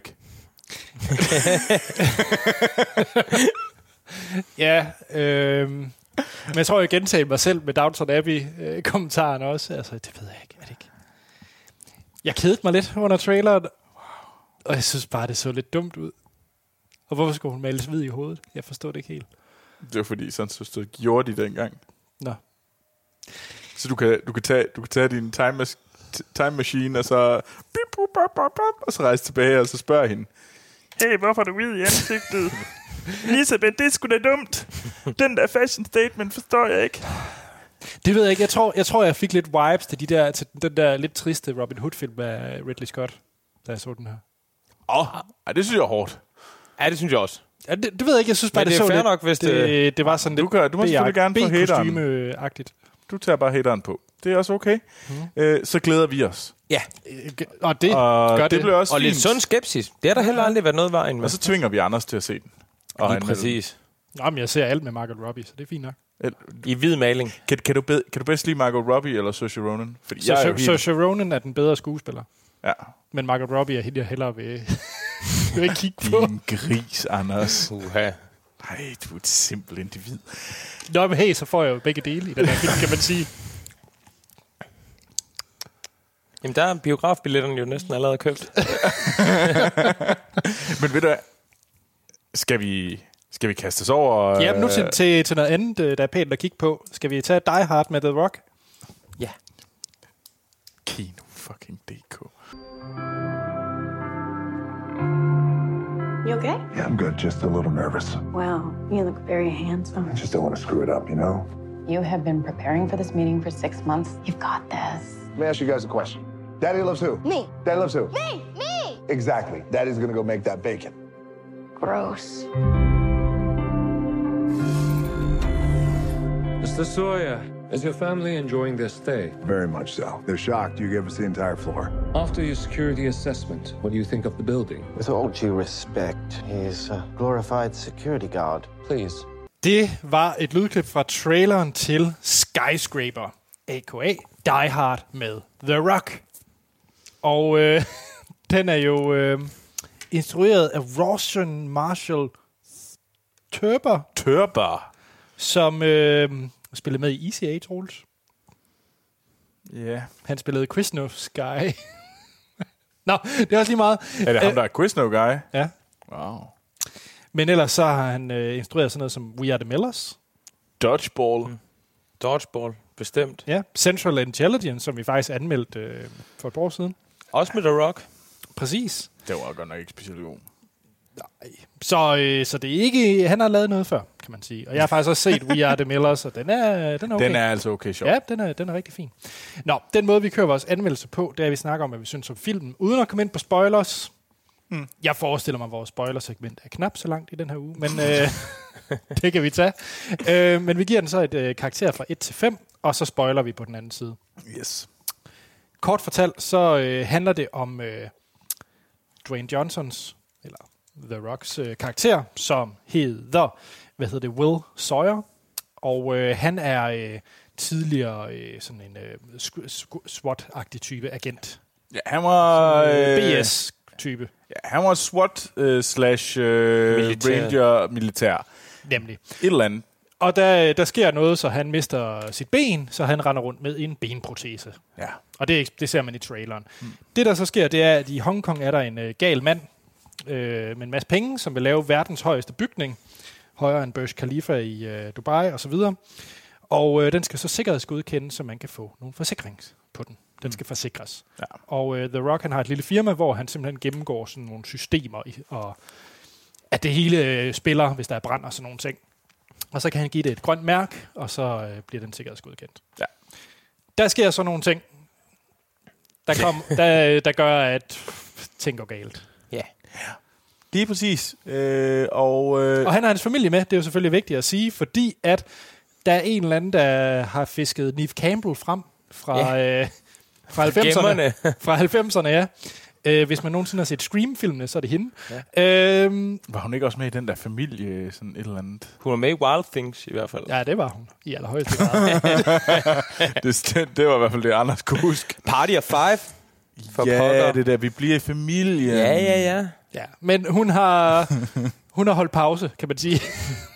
ja, øh, men jeg tror, jeg gentager mig selv med Downton Abbey-kommentaren øh, også. Altså, det ved jeg ikke. Er det ikke? Jeg kedede mig lidt under traileren, og jeg synes bare, det så lidt dumt ud. Og hvorfor skulle hun males hvid i hovedet? Jeg forstår det ikke helt. Det var fordi, sådan så det gjorde de dengang. Nå. Så du kan, du kan, tage, du kan tage din time, time machine, og så bip, bip, bip, bip, og så rejse tilbage, og så spørge hende, hey, hvorfor er du hvid i ansigtet? Elisabeth, det er sgu da dumt. Den der fashion statement forstår jeg ikke. Det ved jeg ikke. Jeg tror, jeg tror, jeg fik lidt vibes til, de der, til den der lidt triste Robin Hood-film af Ridley Scott, da jeg så den her. Åh, oh, det synes jeg er hårdt. Ja, det synes jeg også. Ja, det, det ved jeg ikke. Jeg synes bare, det, det, det så fair lidt, nok, hvis det, det, det var sådan du lidt kan, du må selvfølgelig gerne få hateren. B-kostyme-agtigt. Du tager bare hateren på. Det er også okay. Mm. Øh, så glæder vi os. Ja. Og det og gør det. det. Bliver også og fint. lidt sund skepsis. Det har der heller aldrig været noget vejen med. Og så tvinger vi Anders til at se den. Og lige præcis. Nå, men jeg ser alt med Margot Robbie, så det er fint nok. I hvid maling. Kan, kan, du, be, kan du bedst lide Margot Robbie eller Saoirse Ronan? Fordi så, jeg er så, helt... så Ronan er den bedre skuespiller. Ja. Men Margot Robbie er helt hellere ved, ved at kigge på. Din gris, Anders. Uha. Nej, du er et simpelt individ. Nå, men hey, så får jeg jo begge dele i den her film, kan man sige. Jamen, der er biografbilletterne jo næsten allerede købt. Men ved du hvad? Skal vi... Skal vi kaste os over... Ja, men nu til, til, til noget andet, der er pænt at kigge på. Skal vi tage Die Hard med The Rock? Ja. Kino fucking D K. You okay? Yeah, I'm good. Just a little nervous. Wow, you look very handsome. I just don't want to screw it up, you know? You have been preparing for this meeting for six months. You've got this. Let me ask you guys a question. Daddy loves who? Me. Daddy loves who? Me! Me! Exactly. Daddy's gonna go make that bacon. Gross. Mister Sawyer, is your family enjoying their stay? Very much so. They're shocked you gave us the entire floor. After your security assessment, what do you think of the building? With all due respect, he's a glorified security guard. Please. Det var et lydklip fra traileren til Skyscraper, a k a. Die Hard med The Rock. Og øh, den er jo øh, instrueret af Rawson Marshall Turber. Turber. Som øh, spillede med i E C A, Troels. Ja. Yeah. Han spillede Quizno Sky. Nå, det er også lige meget. Er det ham, der er Quizno Guy? Ja. Wow. Men ellers så har han øh, instrueret sådan noget som We Are The Millers. Dodgeball. Mm. Dodgeball, bestemt. Ja, Central Intelligence, som vi faktisk anmeldte øh, for et år siden. Også med The Rock. Præcis. Det var godt nok ikke specielt god. Nej. Så, øh, så det er ikke... Han har lavet noget før, kan man sige. Og jeg har faktisk også set We Are The Millers, og den er, den er okay. Den er altså okay sjov. Ja, den er, den er rigtig fin. Nå, den måde, vi kører vores anmeldelse på, det er, at vi snakker om, hvad vi synes om filmen, uden at komme ind på spoilers. Mm. Jeg forestiller mig, at vores spoilersegment er knap så langt i den her uge, men øh, det kan vi tage. Øh, men vi giver den så et øh, karakter fra et til fem, og så spoiler vi på den anden side. Yes. Kort fortalt, så øh, handler det om øh, Dwayne Johnsons, eller The Rocks øh, karakter, som hedder, hvad hedder det, Will Sawyer. Og øh, han er øh, tidligere øh, sådan en øh, SWAT-agtig type agent. Ja, han var... Øh, B S-type. Ja, han var SWAT øh, slash øh, Militær. Ranger militær. Nemlig. Et eller andet. Og der, der sker noget, så han mister sit ben, så han render rundt med en benprotese. Ja. Og det, det ser man i traileren. Mm. Det, der så sker, det er, at i Hongkong er der en øh, gal mand øh, med en masse penge, som vil lave verdens højeste bygning. Højere end Burj Khalifa i øh, Dubai og så videre. Og øh, den skal så sikkerhedsgodkendes, så man kan få nogle forsikrings på den. Den skal forsikres. Ja. Og øh, The Rock, han har et lille firma, hvor han simpelthen gennemgår sådan nogle systemer, i, og at det hele øh, spiller, hvis der er brand og sådan nogle ting. Og så kan han give det et grønt mærke, og så øh, bliver den sikkerhedsgodkendt. Ja. Der sker så nogle ting, der, kom, der, der gør, at ting går galt. Ja. Det er præcis. Øh, og, øh, Og han har hans familie med, det er jo selvfølgelig vigtigt at sige, fordi at der er en eller anden, der har fisket Neve Campbell frem fra, Ja. øh, fra halvfemserne. Gemmerne. Fra halvfemserne, ja. Øh, hvis man nogensinde har set Scream-filmene, så er det hende. Ja. Øhm, var hun ikke også med i den der familie, sådan et eller andet? Hun var med i Wild Things i hvert fald. ja, det var hun i allerhøjeste grad. det, det var i hvert fald det, Anders kunne huske. Party of Five. For Ja, pokker. det der, vi bliver i familien. Ja, ja, ja. Ja, men hun har, hun har holdt pause, kan man sige.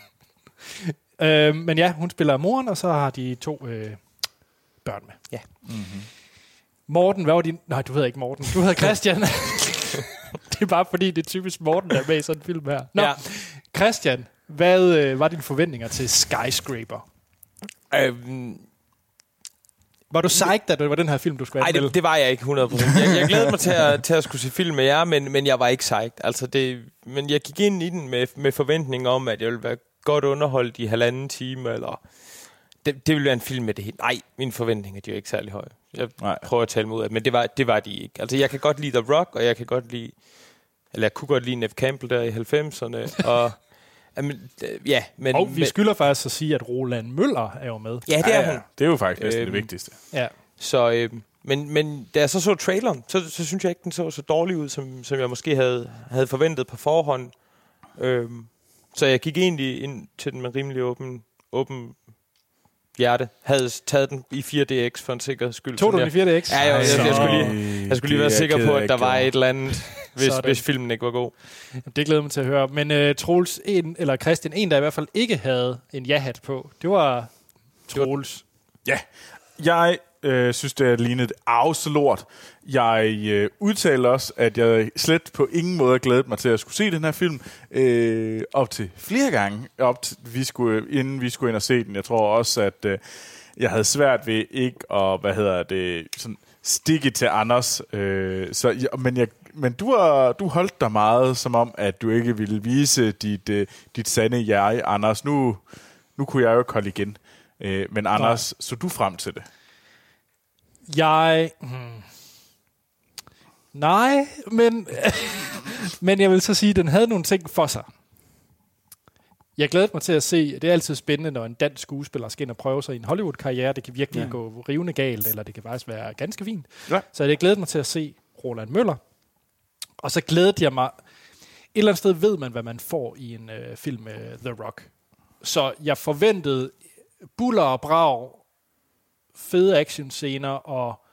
øh, men ja, hun spiller moren, og så har de to øh, børn med. Ja. Mm-hmm. Morten, hvad var din... Nej, du hedder ikke Morten. Du hedder Christian. Det er bare fordi, det er typisk Morten, der er med i sådan en film her. Nå, Ja. Christian, hvad øh, var dine forventninger til Skyscraper? Øhm, Var du psyched, da det var den her film, du skulle Ej, anmelde? det, det var jeg ikke hundrede procent. Jeg, jeg glædede mig til at, til at skulle se film med jer, men, men jeg var ikke psyched. Altså det, men jeg gik ind i den med, med forventning om, at jeg ville være godt underholdt i halvanden time, eller det, det ville være en film med det hele. Nej, mine forventninger, de er ikke særlig høje. Jeg Nej. prøver at tale mig ud af det, men det var, det var de ikke. Altså jeg kan godt lide The Rock, og jeg kan godt lide, eller jeg kunne godt lide Neve Campbell der i halvfemserne, og Jamen, ja, men... Og vi skylder faktisk at sige, at Roland Møller er jo med. Ja, det er ja, hun. ja. Det er jo faktisk næsten Øhm, det vigtigste. Ja. Så, øh, men, men da jeg så så traileren, så, så synes jeg ikke, den så så dårlig ud, som, som jeg måske havde, havde forventet på forhånd. Øhm, så jeg gik egentlig ind til den med rimelig åben, åben hjerte. Havde taget den i fire D X for en sikkerheds skyld. Tog du den i fire D X? Ja, jeg, jeg, jeg, jeg skulle lige, jeg skulle lige være Det er sikker jeg på, ked af, at der jeg var gjorde. et eller andet, hvis, hvis filmen ikke var god. Det glæder mig til at høre. Men uh, Troels, en, eller Christian, en, der i hvert fald ikke havde en ja-hat på, det var Troels. Ja, jeg øh, synes, det er lignet afslort. Jeg øh, udtaler også, at jeg slet på ingen måde glædet mig til at skulle se den her film øh, op til flere gange, op til, vi skulle, inden vi skulle ind og se den. Jeg tror også, at øh, jeg havde svært ved ikke at, hvad hedder det, sådan stikke til Anders. Øh, så, ja, men jeg, men du, har, du holdt dig meget som om, at du ikke ville vise dit, øh, dit sande jeg, Anders. Nu, nu kunne jeg jo ikke holde igen. Øh, men Anders, så du frem til det? Jeg... Hmm. Nej, men, men jeg vil så sige, at den havde nogle ting for sig. Jeg glæder mig til at se, det er altid spændende, når en dansk skuespiller skal ind og prøve sig i en Hollywood-karriere. Det kan virkelig ja. gå rivende galt, eller det kan faktisk være ganske fint. Ja. Så jeg glæder mig til at se Roland Møller. Og så glæder jeg mig... Et eller andet sted ved man, hvad man får i en øh, film med The Rock. Så jeg forventede buller og brag, fede actionscener, og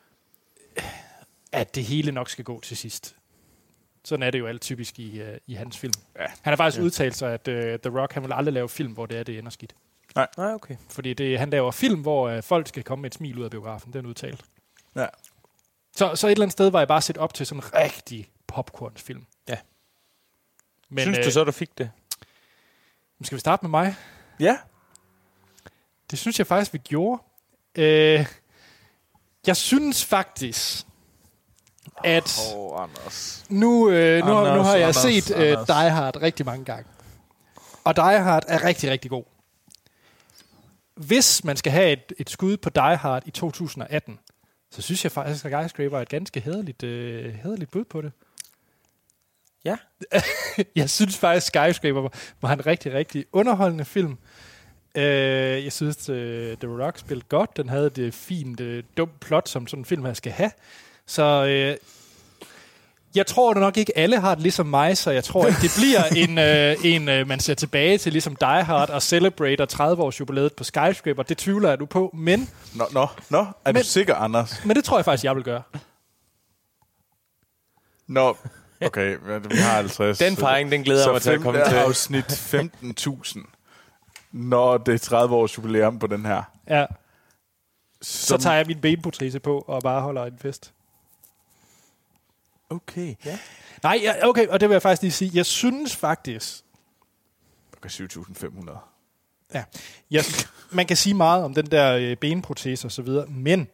at det hele nok skal gå til sidst. Sådan er det jo alt typisk i, uh, i hans film. Ja. Han har faktisk Ja. udtalt sig, at uh, The Rock, han vil aldrig lave film, hvor det er, det ender skidt. Nej, okay. Fordi det, han laver film, hvor uh, folk skal komme med et smil ud af biografen. Det er han udtalt. Ja. Så, så et eller andet sted var jeg bare set op til sådan en rigtig popcorn-film. Ja. Men, Synes øh, du så, du fik det? skal vi starte med mig? Ja. Det synes jeg faktisk, vi gjorde. Øh, jeg synes faktisk, at Åh, oh, Anders. nu, øh, nu, Anders, nu har jeg Anders, set øh, Anders. Die Hard rigtig mange gange. Og Die Hard er rigtig, rigtig god. Hvis man skal have et, et skud på Die Hard i to tusind og atten, så synes jeg faktisk, at Skyscraper er et ganske hæderligt, øh, hæderligt bud på det. Ja. Jeg synes faktisk, Skyscraper var, var en rigtig, rigtig underholdende film. Uh, jeg synes, uh, The Rock spillede godt. Den havde det fint, uh, dumt plot, som sådan en film her skal have. Så uh, jeg tror nok ikke, alle har det ligesom mig, så jeg tror ikke, det bliver en, uh, en uh, man ser tilbage til, ligesom Die Hard og celebrater tredive års jubilæet på Skyscraper. Det tvivler jeg nu på, men... Nå, nå, nå. Er men, du sikker, Anders? Men det tror jeg faktisk, jeg vil gøre. Nå, okay, vi har halvtreds. Den fejring, den glæder jeg mig til at komme til. Så afsnit femten tusind, når det er tredive års jubilæum på den her. Ja. Så, så tager jeg min benprotese på og bare holder en fest. Okay. Ja. Nej, ja, okay, og det vil jeg faktisk lige sige. Jeg synes faktisk... Okay, syv tusind fem hundrede. Ja. Jeg, man kan sige meget om den der øh, benprotese og så videre, men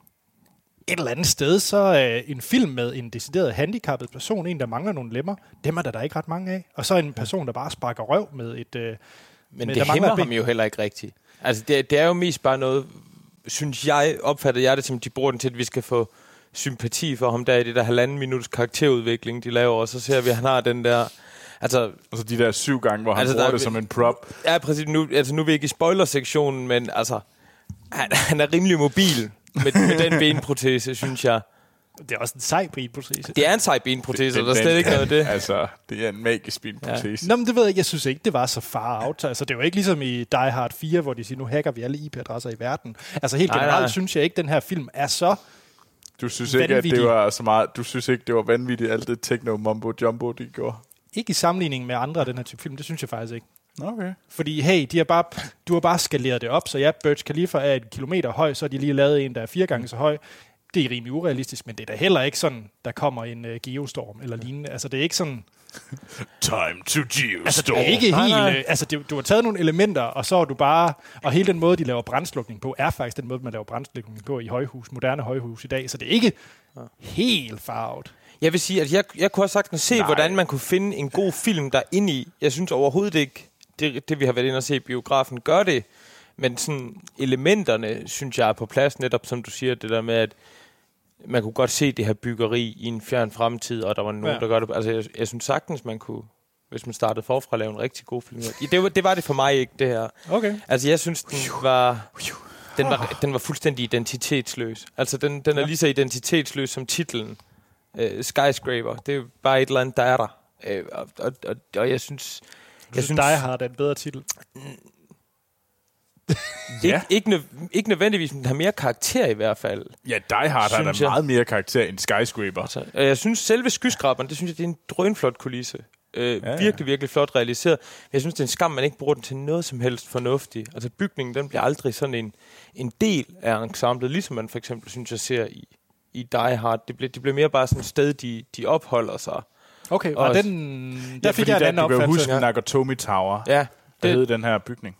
et eller andet sted, så er en film med en decideret handicappet person, en, der mangler nogle lemmer, dem er der, der ikke ret mange af. Og så en person, der bare sparker røv med et... Øh, Men med, det hæmmer ham jo heller ikke rigtigt. Altså, det, det er jo mest bare noget, synes jeg, opfatter jeg det som, de bruger den til, at vi skal få sympati for ham der i det der halvanden minuts karakterudvikling, de laver, og så ser vi, at han har den der... Altså, altså de der syv gange, hvor han altså, bruger der, det som en prop. Ja, præcis. Nu, altså, nu er vi ikke i spoilersektionen, men altså, han, han er rimelig mobil med, med den benprotese, synes jeg. Det er også en sej benprotese. Det er en sej benprotese, der er slet ikke noget af det. Altså, det er en magisk benprotese. Ja. Nå, men det ved jeg ikke. Jeg synes ikke, det var så far out. Altså, det var ikke ligesom i Die Hard fire, hvor de siger, nu hacker vi alle I P-adresser i verden. Altså, helt nej, generelt nej. synes jeg ikke, den her film er så Du synes ikke, at det var så meget... Du synes ikke, det var vanvittigt, alt det techno-mumbo-jumbo, de gjorde? Ikke i sammenligning med andre af den her type film. Det synes jeg faktisk ikke. Okay. Fordi, hey, de har bare, du har bare skaleret det op, så ja, Burj Khalifa er et kilometer høj, så har de lige lavet en, der er fire gange så høj. Det er rimelig urealistisk, men det er da heller ikke sådan, der kommer en uh, geostorm eller lignende. Altså, det er ikke sådan... Time to geostorm. Altså, det er ikke nej, helt... nej. Altså, det, du har taget nogle elementer, og så er du bare... Og hele den måde, de laver brandslukning på, er faktisk den måde, man laver brandslukning på i højhus, moderne højhus i dag. Så det er ikke ja. helt far out. Jeg vil sige, at jeg, jeg kunne også sagtens se, Nej. hvordan man kunne finde en god film der inde i. Jeg synes overhovedet ikke, det, det vi har været inde og se i biografen, gør det. Men sådan elementerne, synes jeg, er på plads, netop som du siger, det der med, at man kunne godt se det her byggeri i en fjern fremtid, og der var nogen, ja. der gør det. Altså, jeg, jeg synes sagtens, man kunne, hvis man startede forfra, lave en rigtig god film. Det var, det var det for mig ikke, det her. Okay. Altså, jeg synes, den var... Den var, den var fuldstændig identitetsløs. Altså, den, den er lige så identitetsløs som titlen. Uh, Skyscraper. Det er jo bare et eller andet, der er der. Uh, og, og, og, og jeg synes... Du jeg synes, Die Hard er en bedre titel? ikke, ikke, nø, ikke nødvendigvis, men den har mere karakter i hvert fald. Ja, Die Hard har da meget mere karakter end Skyscraper. Altså, jeg synes, selve skyskraberen, det synes jeg, det er en drønflot kulisse. Uh, ja, ja. Virkelig, virkelig flot realiseret. Men jeg synes, det er en skam, man ikke bruger den til noget som helst fornuftigt. Altså, bygningen, den bliver aldrig sådan en, en del af ensemblet, ligesom man for eksempel, synes jeg, ser i i Die Hard. Det bliver, det bliver mere bare sådan et sted, de, de opholder sig. Okay, og, og den... Der ja, fik jeg en anden opfattelse. Du kan huske ja. Nakatomi Tower. Ja. Det hed den her bygning.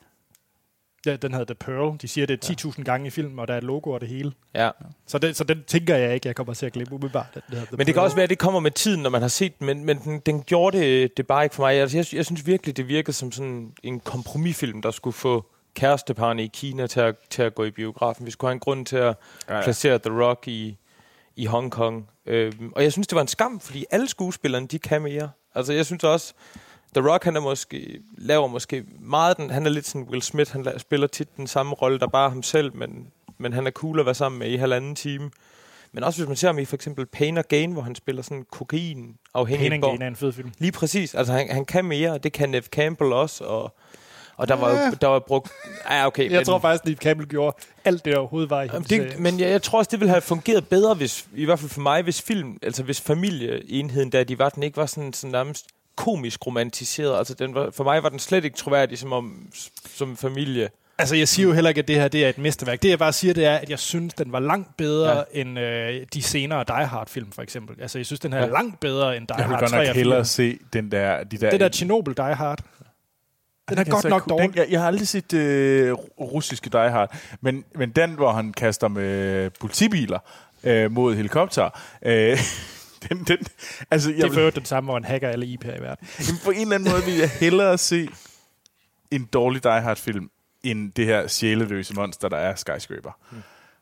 Ja, den hedder The Pearl. De siger, det er ti tusind gange i filmen, og der er et logo og det hele. Ja. Så, det, så den tænker jeg ikke, jeg kommer til at glemme umiddelbart. Den men Pearl. Det kan også være, at det kommer med tiden, når man har set den, men, men den, den gjorde det, det bare ikke for mig. Jeg, jeg, jeg synes virkelig, det virkede som sådan en kompromisfilm, der skulle få kæresteparne i Kina til at, til at gå i biografen. Vi skulle have en grund til at ja, ja. placere The Rock i i Hongkong. Øhm, og jeg synes, det var en skam, fordi alle skuespillerne, de kan mere. Altså, jeg synes også, The Rock, han er måske, laver måske meget den, han er lidt sådan Will Smith, han spiller tit den samme rolle, der bare ham selv, men, men han er cool at være sammen med i halvanden time. Men også hvis man ser ham i for eksempel Pain and Gain, hvor han spiller sådan kokain-afhængig. Pain and Gain er en fed film. Lige præcis. Altså, han, han kan mere, og det kan Neve Campbell også, og Og der var jo, der var brugt... Ah, okay, jeg men, tror faktisk, at Neve Campbell gjorde alt det, der overhovedet var i hendes det, Men jeg, jeg tror også, det ville have fungeret bedre, hvis, i hvert fald for mig, hvis film, altså hvis familieenheden der, de var, den ikke var sådan, sådan nærmest komisk romantiseret. Altså den var, for mig var den slet ikke troværdig som, om, som familie. Altså, jeg siger jo heller ikke, at det her det er et mesterværk. Det, jeg bare siger, det er, at jeg synes, den var langt bedre ja. end øh, de senere Die Hard-film, for eksempel. Altså, jeg synes, den her ja. er langt bedre end Die Hard tre og fire. Jeg vil godt nok hellere se den der... De der det der Chernobyl Die Hard. Den er godt nok ku- dårlig. Den, jeg, jeg har aldrig set øh, russiske Die Hard, men, men den, hvor han kaster med politibiler øh, mod helikopter, øh, den, den, altså, det er for den samme, hvor han hacker alle I P'er i verden. Jamen, på en eller anden måde vil jeg hellere se en dårlig Die Hard-film, end det her sjæleløse monster, der er Skyscraper. Hmm.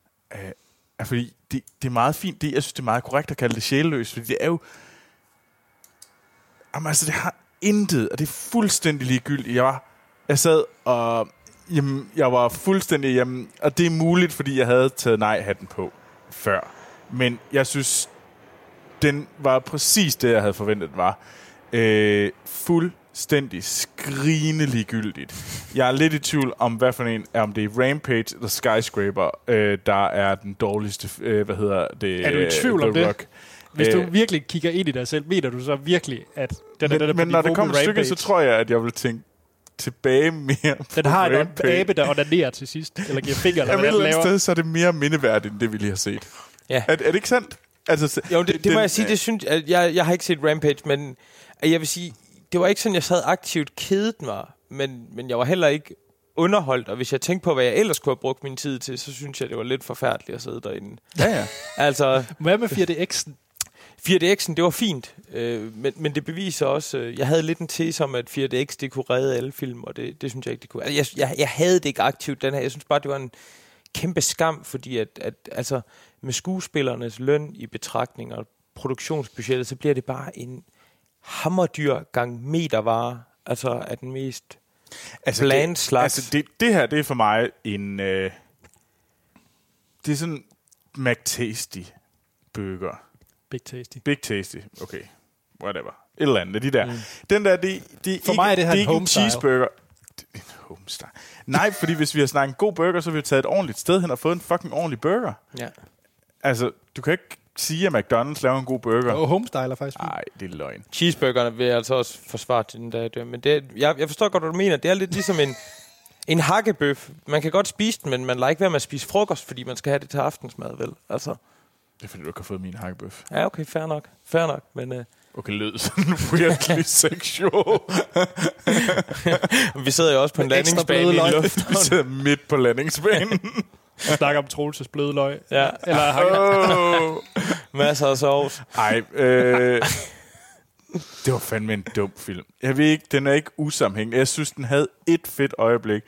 Øh, fordi det, det er meget fint. Det, jeg synes, det er meget korrekt at kalde det sjæleløst, fordi det er jo... Jamen, altså, det har intet, og det er fuldstændig ligegyldigt. Jeg var, jeg sad og, jamen, jeg var fuldstændig, jamen, og det er muligt, fordi jeg havde taget nej-hatten på før. Men jeg synes, den var præcis det, jeg havde forventet, den var. Øh, fuldstændig skrigende ligegyldigt. Jeg er lidt i tvivl om, hvad for en, om det er Rampage eller Skyscraper, øh, der er den dårligste, øh, hvad hedder det? Er du i tvivl øh, om det? Rock. Hvis du virkelig kigger ind i dig selv, mener du så virkelig, at den er men, den er på men når niveau det kommer med et stykke, Rampage? så tror jeg, at jeg vil tænke tilbage mere på Den har en Rampage. abe, der onanerer til sidst, eller giver fingre, eller Jamen, hvad et den eller andet laver. sted, så er det mere mindeværdigt, end det, vi lige har set. Ja. Er, er det ikke sandt? Altså, Jo, det, det den, må jeg sige, det synes at jeg, jeg har ikke set Rampage, men jeg vil sige, det var ikke sådan, jeg sad aktivt kedet mig, men, men jeg var heller ikke underholdt, og hvis jeg tænkte på, hvad jeg ellers kunne have brugt min tid til, så synes jeg, det var lidt forfærdeligt at sidde derinde. Ja, ja. Altså, Hvad med fire D X'en? fire D X'en, det var fint, øh, men, men det beviser også, øh, jeg havde lidt en tese om, at fire D X, det kunne redde alle film, og det, det synes jeg ikke, det kunne. Altså, jeg, jeg, jeg havde det ikke aktivt, den her. Jeg synes bare, det var en kæmpe skam, fordi at, at altså, med skuespillernes løn i betragtning og produktionsbudgettet, så bliver det bare en hammerdyr gang metervare, altså af den mest altså, bland det, slags. altså det, det her, det er for mig en... Øh, det er sådan McTasty burger. Big Tasty. Big Tasty. Okay. Whatever. Et eller andet. De der. Mm. Den der, det, det For ikke, mig er det her det er en ikke en homestyle. cheeseburger. Det er en homestyle. Nej, fordi hvis vi har snakket en god burger, så har vi taget et ordentligt sted hen og fået en fucking ordentlig burger. Ja. Altså, du kan ikke sige, at McDonald's laver en god burger. Og homestyle er faktisk fint. Nej, det er løgn. Cheeseburgerne vil jeg altså også forsvare til den dag, men det, jeg, jeg forstår godt, hvad du mener. Det er lidt ligesom en, en hakkebøf. Man kan godt spise den, men man lader ikke være med at spise frokost, fordi man skal have det til aftensmad, vel? Altså. Det er fordi, du ikke har fået min hakkebøf. Ja, okay, fair nok. Fair nok, men... Uh... Okay, lød sådan weirdly sexual. Vi sidder jo også på en Ekstra landingsbane bløde i løg. Vi sidder midt på landingsbanen. Vi snakker om Troelses bløde løg. Ja. Eller hakker. Oh. Masser af sovs. Ej, øh, det var fandme en dum film. Jeg ved ikke, den er ikke usammenhængende. Jeg synes, den havde et fedt øjeblik.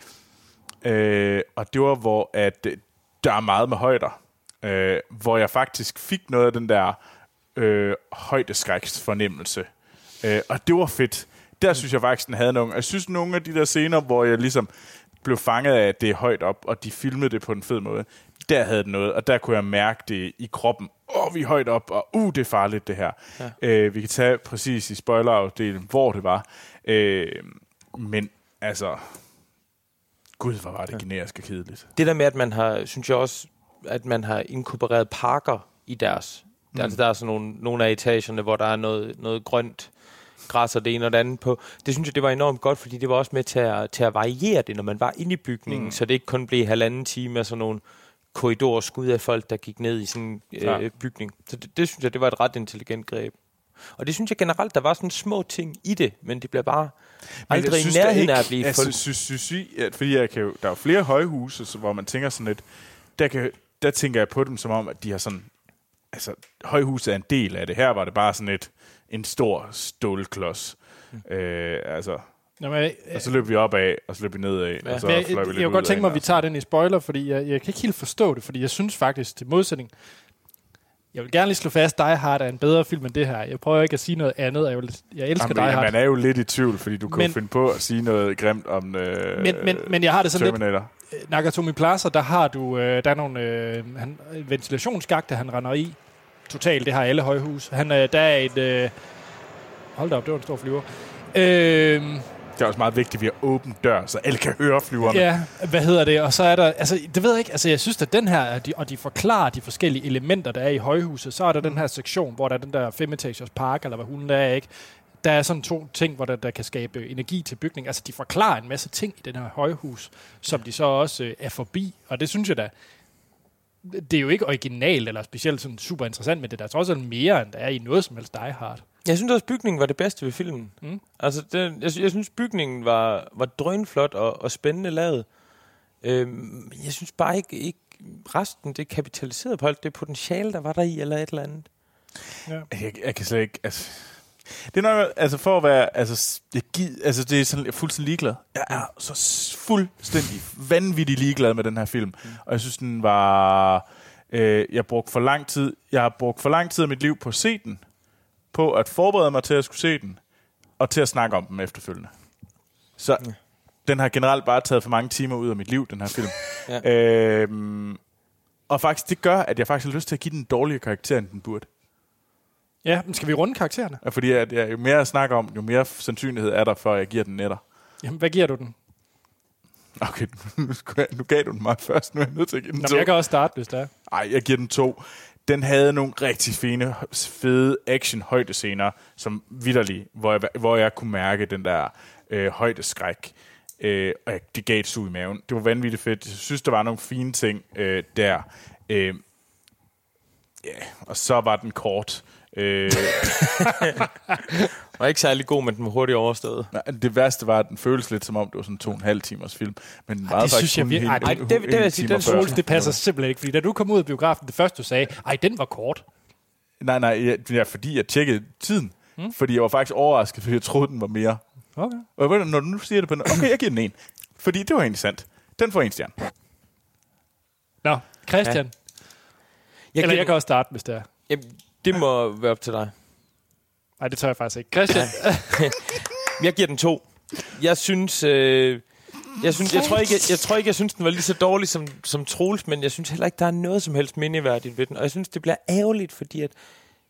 Øh, og det var, hvor at, der er meget med højder. Øh, hvor jeg faktisk fik noget af den der øh, højdeskræks fornemmelse. Øh, og det var fedt. Der synes jeg faktisk, den havde nogle. Jeg synes, nogle af de der scener, hvor jeg ligesom blev fanget af, at det er højt op, og de filmede det på en fed måde, der havde det noget, og der kunne jeg mærke det i kroppen. Åh, oh, vi er højt op, og uh, det er farligt, det her. Ja. Øh, vi kan tage præcis i spoilerafdelen, hvor det var. Øh, men altså, gud, hvor var det ja. generisk og kedeligt. Det der med, at man har, synes jeg også, at man har inkorporeret parker i deres. Mm. Altså, der er sådan nogle, nogle af etagerne, hvor der er noget, noget grønt græs og det ene og det andet på. Det synes jeg, det var enormt godt, fordi det var også med til at, til at variere det, når man var inde i bygningen, mm. så det ikke kun blev halvanden time af sådan nogle korridorskud af folk, der gik ned i sådan en ja. øh, bygning. Så det, det synes jeg, det var et ret intelligent greb. Og det synes jeg generelt, der var sådan små ting i det, men det bliver bare aldrig i nærheden af at blive altså, fuldt. Synes, synes I, at, fordi jeg kan jo, der er jo flere højhuse, så, hvor man tænker sådan lidt, der, kan, der tænker jeg på dem som om, at de har sådan, altså højhuset er en del af det. Her var det bare sådan et, en stor stålklods. Mm. Øh, altså, Nå, men, og så løb vi op af, og så løb vi ned af, ja. og så Men jeg, fløj vi jeg, lidt jeg ud kunne godt tænke mig, af at vi tager den i spoiler, fordi jeg, jeg kan ikke helt forstå det, fordi jeg synes faktisk, til modsætning, jeg vil gerne lige slå fast, Die Hard er en bedre film end det her. Jeg prøver ikke at sige noget andet, jeg, vil, jeg elsker Jamen, Die Hard. Man er jo lidt i tvivl, fordi du kan men, jo finde på at sige noget grimt om øh, men, men, men jeg har det sådan Terminator. lidt, Nakatomi Plaza, der har du, øh, der er nogle øh, han, ventilationsskagte, han render i. Totalt, det har alle højhus. Han, øh, der er et... Øh, hold da op, det var en stor flyver. Øh, Det er også meget vigtigt, at vi har åben dør, så alle kan høre flyverne. Ja, hvad hedder det? Og så er der, altså, det ved jeg ikke, altså jeg synes, at den her, de, og de forklarer de forskellige elementer, der er i højhuset, så er der den her sektion, hvor der er den der femetagers park, eller hvad hulen der er, ikke? Der er sådan to ting, hvor der, der kan skabe energi til bygning. Altså, de forklarer en masse ting i den her højhus, som de så også øh, er forbi. Og det synes jeg da, det er jo ikke originalt, eller specielt sådan super interessant, men det er der trods alt mere, end der er i noget som helst Die Hard. Jeg synes også, bygningen var det bedste ved filmen. Mm. Altså, det, jeg, jeg synes, bygningen var, var drønflot og, og spændende lavet. Øhm, jeg synes bare ikke, ikke resten, det kapitaliserede på alt det potentiale, der var der i, eller et eller andet. Ja. Jeg, jeg kan slet ikke... Altså, det er nok, altså for at være... Altså, jeg gid, altså det er sådan, jeg er fuldstændig ligeglad. Jeg er så fuldstændig vanvittig ligeglad med den her film. Mm. Og jeg synes, den var... Øh, jeg brugte for lang tid... Jeg har brugt for lang tid af mit liv på at se den. På at forberede mig til at skulle se den. og til at snakke om dem efterfølgende. Så ja. Den har generelt bare taget for mange timer ud af mit liv, den her film. ja. øhm, og faktisk, det gør, at jeg faktisk har lyst til at give den en dårligere karakter, end den burde. Ja, men skal vi runde karaktererne? Ja, fordi at jeg, jo mere jeg snakker om, jo mere sandsynlighed er der for, at jeg giver den netter. Jamen, hvad giver du den? Okay, nu, nu gav du den mig først. Nu er jeg nødt til at give den Nå, to. jeg kan også starte, hvis det er. Ej, jeg giver den to. Den havde nogle rigtig fine, fede action-højdescener, som vitterlig, hvor jeg, hvor jeg kunne mærke den der øh, højdeskræk. Øh, og det gav et sug i maven. Det var vanvittigt fedt. Jeg synes, der var nogle fine ting øh, der. Øh, ja, og så var den kort. Øh, var ikke særlig god, men den var hurtigt overstået. Nej, det værste var, at den føles lidt som om, det var sådan en to og en halv timers film. Men ej, det synes jeg virkelig... Ej, det, det, det vil jeg sige, den Troels, det passer simpelthen ikke. Fordi da du kom ud af biografen, det første du sagde, ej, den var kort. Nej, nej, ja, fordi jeg tjekkede tiden. Hmm? Fordi jeg var faktisk overrasket, fordi jeg troede, den var mere. Okay. Og når du nu siger det på den, okay, jeg giver den en. Fordi det var egentlig sandt. Den får en stjerne. Nå, Christian. Ja. Jeg Eller jeg kan også starte, hvis det er. Jamen, det må være op til dig. Nej, det tør jeg faktisk ikke. Christian. Ja. Jeg giver den to. Jeg synes, øh, jeg synes, jeg tror ikke, jeg, jeg tror ikke, jeg synes den var lige så dårlig som som Troels, men jeg synes heller ikke der er noget som helst mindeværdigt ved den. Og jeg synes det bliver ærgerligt, fordi at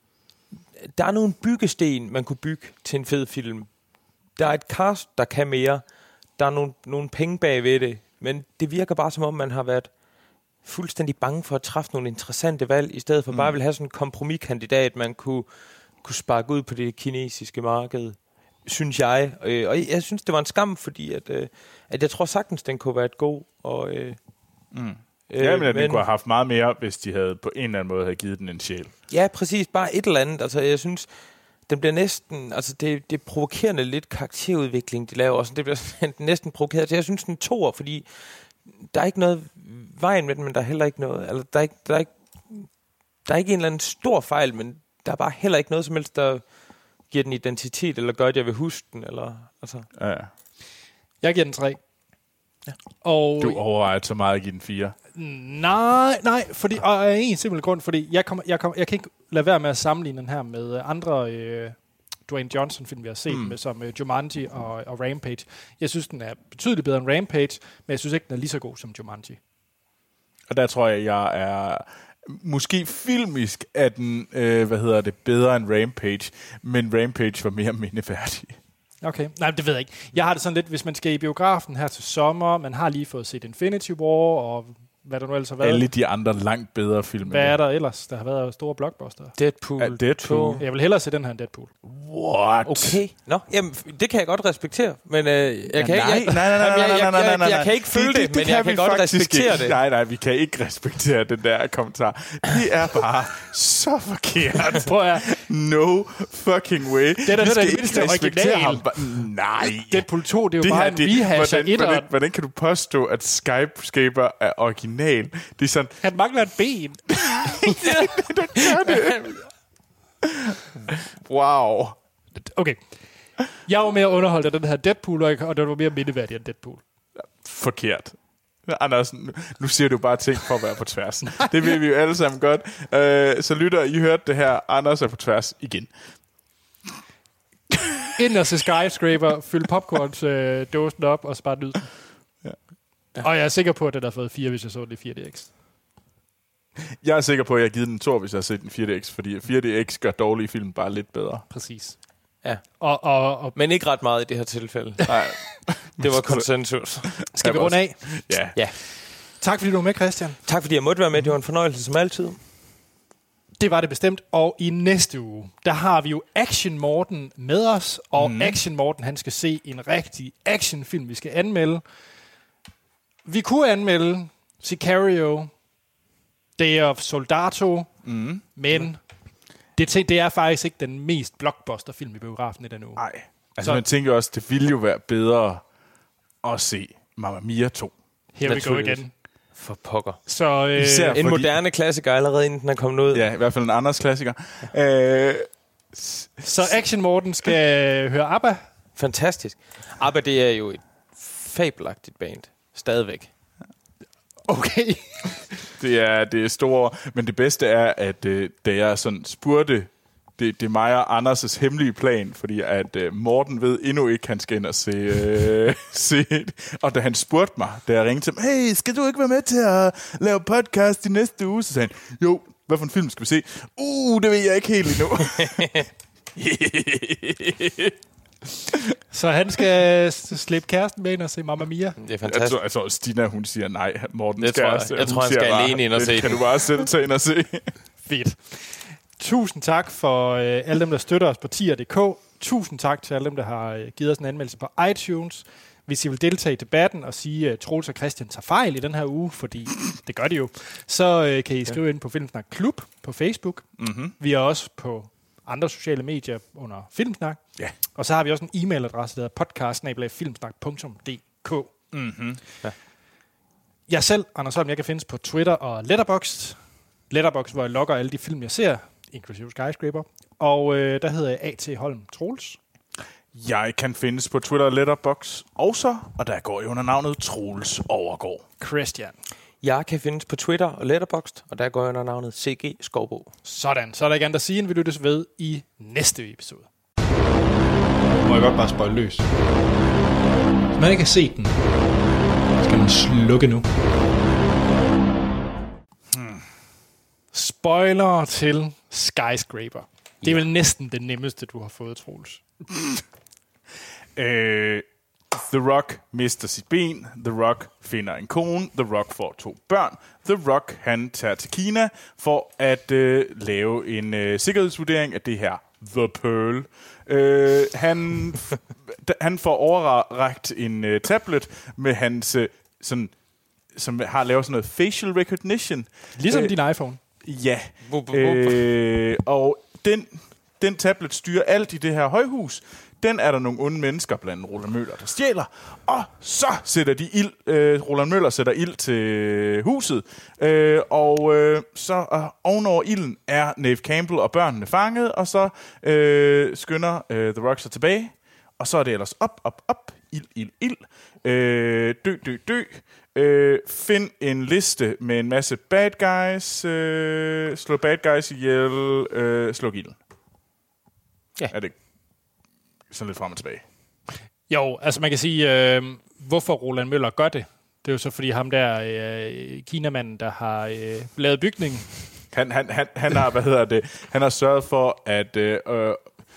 der er nogle byggesten man kunne bygge til en fed film. Der er et cast der kan mere. Der er nogle nogle penge bag ved det, men det virker bare som om man har været fuldstændig bange for at træffe nogle interessante valg i stedet for mm. bare at vil have sådan en kompromiskandidat man kunne kunne sparke ud på det kinesiske marked, synes jeg. Øh, og jeg synes, det var en skam, fordi at, øh, at jeg tror sagtens, den kunne være et god. Og, øh, mm. øh, ja, men at den kunne have haft meget mere, hvis de havde på en eller anden måde havde givet den en sjæl. Ja, præcis. Bare et eller andet. Altså, jeg synes, den bliver næsten... Altså, det, det er provokerende lidt karakterudvikling, de laver. Og sådan, det bliver næsten provokeret. Så jeg synes, den er toer, fordi der er ikke noget vejen med den, men der er heller ikke noget... Altså, der er ikke, der er ikke, der er ikke en eller anden stor fejl, men der er bare heller ikke noget som helst, der giver den identitet, eller gør, at jeg vil huske den, eller, altså. Ja. Jeg giver den tre. Ja. Og du overvejer så meget at give den fire? Nej, nej, fordi, og af en simpel grund, fordi jeg, kommer, jeg, kommer, jeg kan ikke lade være med at sammenligne den her med andre øh, Dwayne Johnson-film, vi har set, mm. med, som øh, Jumanji og, og Rampage. Jeg synes, den er betydeligt bedre end Rampage, men jeg synes ikke, den er lige så god som Jumanji. Og der tror jeg, jeg er... Måske filmisk er den, øh, hvad hedder det, bedre end Rampage, men Rampage var mere mindeværdig. Okay, nej, det ved jeg ikke. Jeg har det sådan lidt, hvis man skal i biografen her til sommer, man har lige fået set Infinity War, og hvad der nu ellers har været. Alle de andre langt bedre film. Hvad er der ellers? Der har været store blockbuster. Deadpool. Ja, Deadpool. Jeg vil hellere se den her end Deadpool. What? Okay. Nå, jamen, det kan jeg godt respektere, men øh, jeg ja, kan nej, ikke... Nej, nej, nej, nej, nej, nej, nej. Jeg kan ikke følge det, det, det, men jeg kan godt respektere ikke. det. Nej, nej, vi kan ikke respektere den der kommentar. Det er bare så forkert. Prøv at... No fucking way. Det er da noget af det mindste original. Nej. Deadpool to, det er jo det bare en rehash af etteren. Hvordan, hvordan kan du påstå, at Skyscraper er original? Det er sådan... Han mangler et ben. det gør det. Wow. Okay. Jeg var mere underholdt af den her Deadpool, og den var mere mindeværdig end Deadpool. Forkert. Anders, nu siger du bare ting for at være på tværs. Det vil vi jo alle sammen godt. Uh, så lytter, I hørte det her. Anders er på tværs igen. Ind og se Skyscraper, fyld popcorns-dåsen øh, op, og så bare nyde den. Ja. Ja. Og jeg er sikker på, at den har fået fire, hvis jeg så den i fire D X. Jeg er sikker på, at jeg har givet den en to, hvis jeg har set den fire D X, fordi fire D X gør dårlige film bare lidt bedre. Præcis. Ja. Og, og, og Men ikke ret meget i det her tilfælde. Nej. Det var konsensus. Skal vi runde af? Ja. Ja. Tak fordi du var med, Christian. Tak fordi jeg måtte være med. Det var en fornøjelse som altid. Det var det bestemt. Og i næste uge, der har vi jo Action Morten med os. Og mm. Action Morten, han skal se en rigtig actionfilm, vi skal anmelde. Vi kunne anmelde Sicario, Day of Soldato, mm. men det, det er faktisk ikke den mest blockbuster-film i biografen i den uge. Nej. Altså, så man tænker også, det ville jo være bedre at se Mamma Mia to. Here we go igen. For pokker. Så, øh, en fordi, moderne klassiker allerede, inden den er kommet ud. Ja, i hvert fald en Anders klassiker. øh, så Action Morten skal høre ABBA. Fantastisk. ABBA, det er jo et fabelagtigt band. Stadigvæk. Okay. det, er, det er store, men det bedste er, at øh, da jeg sådan spurgte det, det er mig og Anders' hemmelige plan, fordi at uh, Morten ved endnu ikke, han skal ind og se, uh, se og da han spurgte mig, da jeg ringte til ham, hey, skal du ikke være med til at lave podcast i næste uge? Så sagde han, jo, hvad for en film skal vi se? Uh, det ved jeg ikke helt endnu. Så han skal slippe kæresten med ind og se Mamma Mia. Det er fantastisk. Jeg tror, jeg tror Stina, hun siger nej. Morten det skal tror jeg. også. Jeg tror, han skal alene ind og se den. Kan du bare selv tage ind og se? Fedt. Tusind tak for øh, alle dem, der støtter os på tier punktum d k. Tusind tak til alle dem, der har øh, givet os en anmeldelse på iTunes. Hvis I vil deltage i debatten og sige, at Troels og Christian tager fejl i den her uge, fordi det gør de jo, så øh, kan I skrive ja. ind på Filmsnak Klub på Facebook. Mm-hmm. Vi er også på andre sociale medier under Filmsnak. Ja. Og så har vi også en e-mailadresse, der hedder podcast bindestreg filmsnak punktum d k. Mm-hmm. Ja. Jeg selv, Anders Holm, jeg kan findes på Twitter og Letterboxd. Letterboxd, hvor jeg logger alle de film, jeg ser, inklusive Skyscraper. Og øh, der hedder jeg A T Holm Troels. Jeg kan findes på Twitter og Letterboxd også, og der går jeg under navnet Troels Overgaard. Christian. Jeg kan findes på Twitter og Letterboxd, og der går jeg under navnet C G Skovbo. Sådan, så er der ikke andet at sige, end vi lyttes ved i næste episode. Må jeg godt bare spoil løs. Hvis man ikke har set den, skal man slukke nu. Hmm. Spoiler til Skyscraper. Det er ja. vel næsten det nemmeste, du har fået, Troels. øh, The Rock mister sit ben. The Rock finder en kone. The Rock får to børn. The Rock, han tager til Kina for at øh, lave en øh, sikkerhedsvurdering af det her The Pearl. Øh, han, f- han får overrakt en øh, tablet med hans øh, sådan, som har lavet sådan noget facial recognition. Ligesom øh, din iPhone. Ja. Øh, og den, den tablet styrer alt i det her højhus. Den er der nogle onde mennesker, blandt andet Roland Møller, der stjæler. Og så sætter de ild. Øh, Roland Møller sætter ild til huset. Øh, og øh, så øh, ovenover ilden er Neve Campbell og børnene fanget. Og så øh, skynder øh, The Rock sig tilbage. Og så er det ellers op, op, op. Ild, ild, ild. Øh, dø, dø, dø. Øh, find en liste med en masse bad guys. Øh, slå bad guys ihjel. Øh, sluk ilden. Ja. Er det sådan lidt frem og tilbage? Jo, altså man kan sige, øh, hvorfor Roland Møller gør det. Det er jo så fordi ham der, øh, kinamanden, der har øh, lavet bygningen. Han, han, han, han har, hvad hedder det, han har sørget for, at, øh, øh,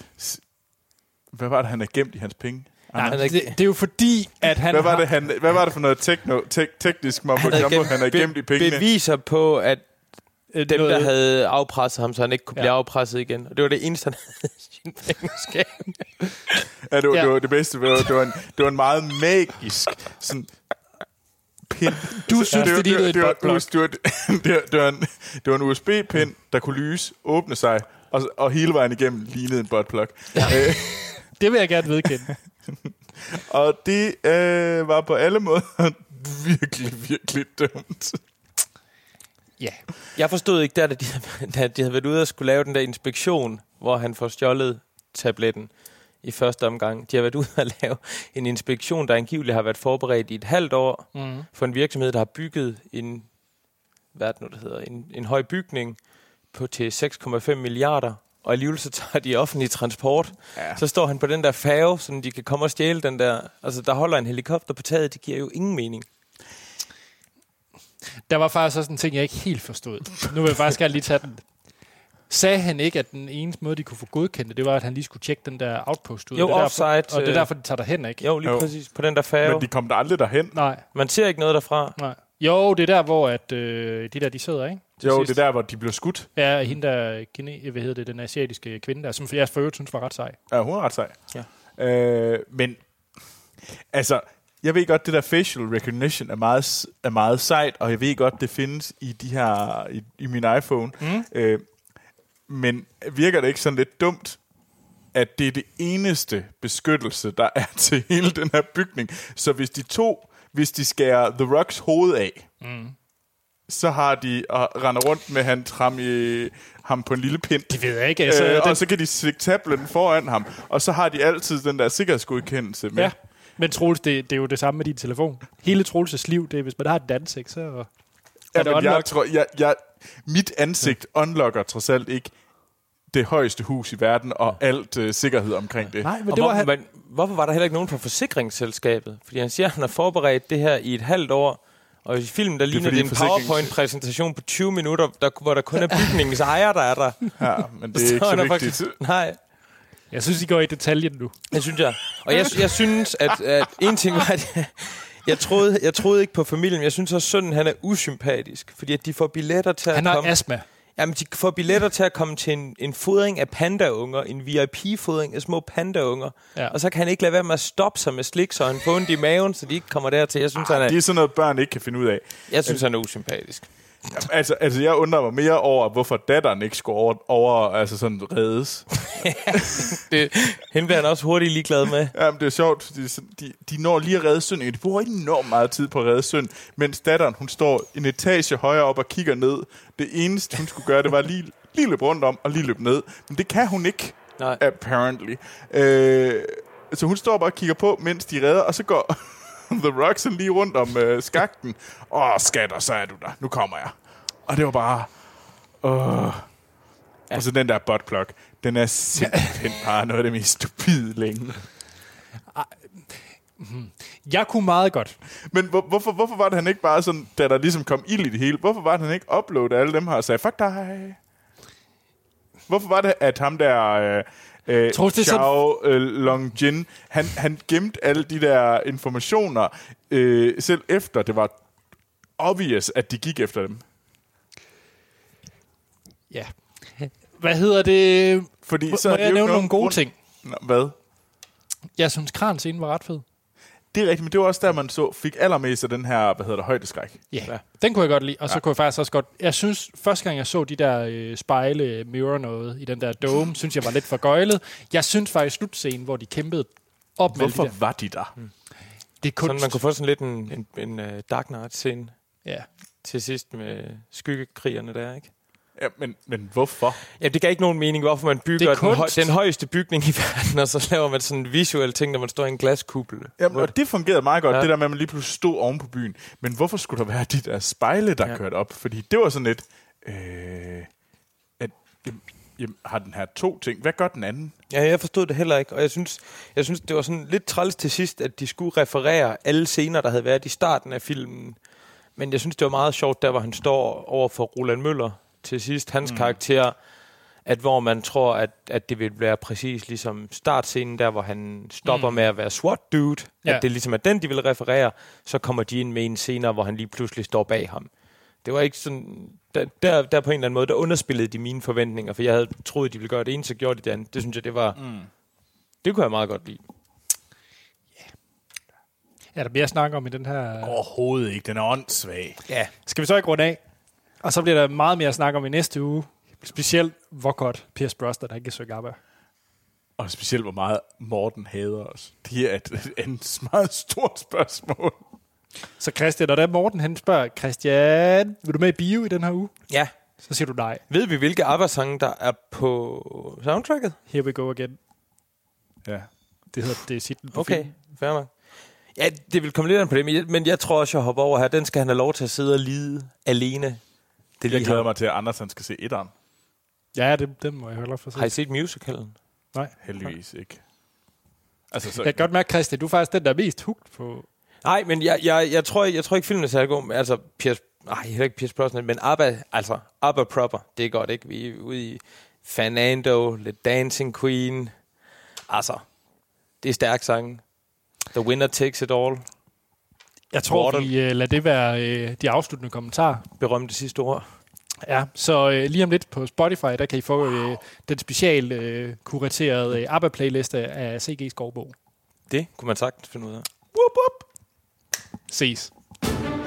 hvad var det, han har gemt i hans penge? Nej, det, det er jo fordi, at han hvad var har... det, han, hvad var det for noget tekno, te, teknisk mambo han jumbo, han har gemt i pengene? Beviser på, at dem, noget... der havde afpresset ham, så han ikke kunne ja. blive afpresset igen. Og det var det eneste, han havde sin pengeskab. Ja, det var, ja. det var det bedste. Det var, det var, en, det var en meget magisk sådan pind. Du synes, det, det, det, det, det, var, det, var, det, var, det, var, det, var en, det var en U S B-pind, der kunne lyse, åbne sig, og, og hele vejen igennem lignede en buttplug. Ja. Det vil jeg gerne vedkende. Og det øh, var på alle måder virkelig, virkelig dumt. Ja. Jeg forstod ikke, der, da, de, da de havde været ude og skulle lave den der inspektion, hvor han får stjålet tabletten i første omgang. De har været ude og lave en inspektion, der angiveligt har været forberedt i et halvt år mm. for en virksomhed, der har bygget en, hvad er det nu, det hedder, en, en høj bygning på til seks komma fem milliarder. Og alligevel så tager de offentlig transport. Ja. Så står han på den der færge, så de kan komme og stjæle den der. Altså, der holder en helikopter på taget. Det giver jo ingen mening. Der var faktisk også en ting, jeg ikke helt forstod. Nu vil jeg faktisk gerne lige tage den. Sagde han ikke, at den eneste måde, de kunne få godkendt, det var, at han lige skulle tjekke den der outpost ud? Jo, og det offside. Derfor, og det er derfor, de tager derhen, ikke? Jo, lige jo. præcis. På den der færge. Men de kom der aldrig derhen. Nej. Man ser ikke noget derfra. Nej. Jo, det er der, hvor at, øh, de der, de sidder, ikke? Jo, sidst. Det er der, hvor de blev skudt. Ja, hende der, hvad hedder det, den asiatiske kvinde der, som jeg for øvrigt synes var ret sej. Ja, hun er ret sej. Ja. Øh, men, altså, jeg ved godt, det der facial recognition er meget, er meget sejt, og jeg ved godt, det findes i de her, i, i min iPhone. Mm. Øh, men virker det ikke sådan lidt dumt, at det er det eneste beskyttelse, der er til hele den her bygning? Så hvis de to, hvis de skærer The Rocks hoved af, mm. så har de og render rundt med han, ham, i, ham på en lille pind. Det ved jeg ikke. Altså, øh, den... Og så kan de stikke tabletten foran ham, og så har de altid den der sikkerhedsgodkendelse med. Ja, men Troels, det, det er jo det samme med din telefon. Hele Troels' liv, det er, hvis man har et ansigt, så er ja, det men jeg tror, jeg, jeg, mit ansigt ja. unlocker trods alt ikke det højeste hus i verden, og alt øh, sikkerhed omkring det. Nej, men Og det hvor, var han... men, hvorfor var der heller ikke nogen fra forsikringsselskabet? Fordi han siger, at han har forberedt det her i et halvt år, og i filmen, der ligner det, det en forsikrings- PowerPoint-præsentation på tyve minutter, der, hvor der kun er bygningens ejer, der er der. Ja, men det er ikke så han er vigtigt. Faktisk, nej, Jeg synes, I går i detaljen nu. det synes jeg. Og jeg, jeg synes, at, at en ting var, at jeg, jeg, troede, jeg troede ikke på familien, men jeg synes også, at sønnen han er usympatisk, fordi at de får billetter til Han at har komme... astma. Jamen, de får billetter til at komme til en, en fodring af pandaunger, en V I P-fodring af små pandaunger, Ja. og så kan han ikke lade være med at stoppe sig med slik, så han får ondt i maven, så de ikke kommer dertil. Jeg synes, Ah, han er, det er sådan noget, børn ikke kan finde ud af. jeg synes, han er usympatisk. Jamen, altså, altså, jeg undrer mig mere over, hvorfor datteren ikke skulle over, over altså sådan reddes. Det, hende bliver han også hurtigt ligeglad med. Jamen, det er sjovt. De, de, de når lige at redde søn. De bruger enormt meget tid på at redde søn, mens datteren, hun står en etage højere op og kigger ned. Det eneste, hun skulle gøre, det var lige, lige løbe rundt om og lige løbe ned. Men det kan hun ikke, Nej. apparently. Øh, så hun står bare og kigger på, mens de redder, og så går The Rock sådan lige rundt om øh, skakten. Åh, skatter, så er du der. Nu kommer jeg. Og det var bare... Åh... Ja. Og så den der buttplug, den er simpelthen bare noget af det mest stupide længe. Jeg kunne meget godt. Men hvor, hvorfor, hvorfor var det han ikke bare sådan, da der ligesom kom ild i det hele, hvorfor var det han ikke uploadet alle dem her og sagde, fuck dig? Hvorfor var det, at ham der... Øh, øh, Tror du, det er Xiao øh, Longjin, han, han gemte alle de der informationer, øh, selv efter det var obvious, at de gik efter dem? Ja. Hvad hedder det? Fordi Må, så må er det jeg jo nævne ikke nogle gode grund... ting? Nå, hvad? Jeg synes, Kran-scenen var ret fed. Det er rigtigt, men det var også der, man så, fik allermest af den her, hvad hedder det, højdeskræk. Ja, yeah. Den kunne jeg godt lide. Og så Ja. kunne jeg faktisk også godt... Jeg synes, første gang jeg så de der øh, spejle, mirror noget i den der dome, synes jeg var lidt for gøjlet. Jeg synes faktisk slutscenen, hvor de kæmpede op med Hvorfor de der. var de der? Det er kunst. Sådan, man kunne få sådan lidt en, en, en uh, Dark Knight-scene Ja. til sidst med skyggekrigerne der, ikke? Ja, men, men hvorfor? Ja, det gav ikke nogen mening, hvorfor man Det bygger er den, høj, kunst. den højeste bygning i verden, og så laver man sådan en visuel ting, når man står i en glaskuppel. Jamen, og det fungerede meget godt, Ja. ja. det der med, at man lige pludselig stod oven på byen. Men hvorfor skulle der være de der spejle, der Ja. ja. kørte op? Fordi det var sådan lidt... Øh, at, jamen, jamen, har den her to ting? Hvad gør den anden? Ja, jeg forstod det heller ikke, og jeg synes, jeg synes det var sådan lidt træls til sidst, at de skulle referere alle scener, der havde været i starten af filmen. Men jeg synes, det var meget sjovt, der hvor han står over for Roland Møller til sidst, hans mm. karakter, at hvor man tror, at, at det vil være præcis ligesom startscenen der, hvor han stopper mm. med at være SWAT-dude, Ja. at det ligesom er den, de vil referere, så kommer de ind med en senere, hvor han lige pludselig står bag ham. Det var ikke sådan... Der, der, der på en eller anden måde, der underspillede de mine forventninger, for jeg havde troet, de ville gøre det ene, så gjorde de det andet. Det synes jeg, det var... Mm. Det kunne jeg meget godt lide. Er der mere at snakke om i den her... Overhovedet ikke. Den er åndssvag. Ja. Skal vi så ikke runde af? Og så bliver der meget mere at snakke om i næste uge. Specielt, hvor godt Pierce Brosnan, han kan synge ABBA. Og specielt, hvor meget Morten hader os. Det er et, et meget stort spørgsmål. Så Christian, og da Morten han spørger, Christian, vil du med i bio i den her uge? Ja. Så siger du nej. Ved vi, hvilke ABBA-sange, der er på soundtracket? Here we go again. Ja. Det hedder det er titlen på Okay, filmen. fair nok. Ja, det vil komme lidt an på det, men jeg, men jeg tror også, jeg hopper over her. Den skal han have lov til at sidde og lide alene. Det er Jeg lige glæder ham. mig til, at Anders han skal se etteren. Ja, det, det må jeg høre for Har I sig. set musicalen? Nej. Heldigvis ikke. Altså, så, Jeg kan godt mærke, Christian, du er faktisk den, der er mest hugt på... Nej, men jeg, jeg, jeg, tror, jeg tror ikke, filmen er særlig god. Men altså, Pierce, nej, heller ikke Pierce Brosnan, men ABBA, altså, ABBA proper, det er godt, ikke? Vi er ude i Fernando, The Dancing Queen. Altså, det er stærk sange. The Winner Takes It All. Jeg tror, Water. vi uh, lader det være uh, de afsluttende kommentarer. Berømte sidste ord. Ja, så uh, lige om lidt på Spotify, der kan I få uh, den special uh, kuraterede uh, ABBA-playliste af C G Skovbo. Det kunne man sagtens finde ud af. Ses.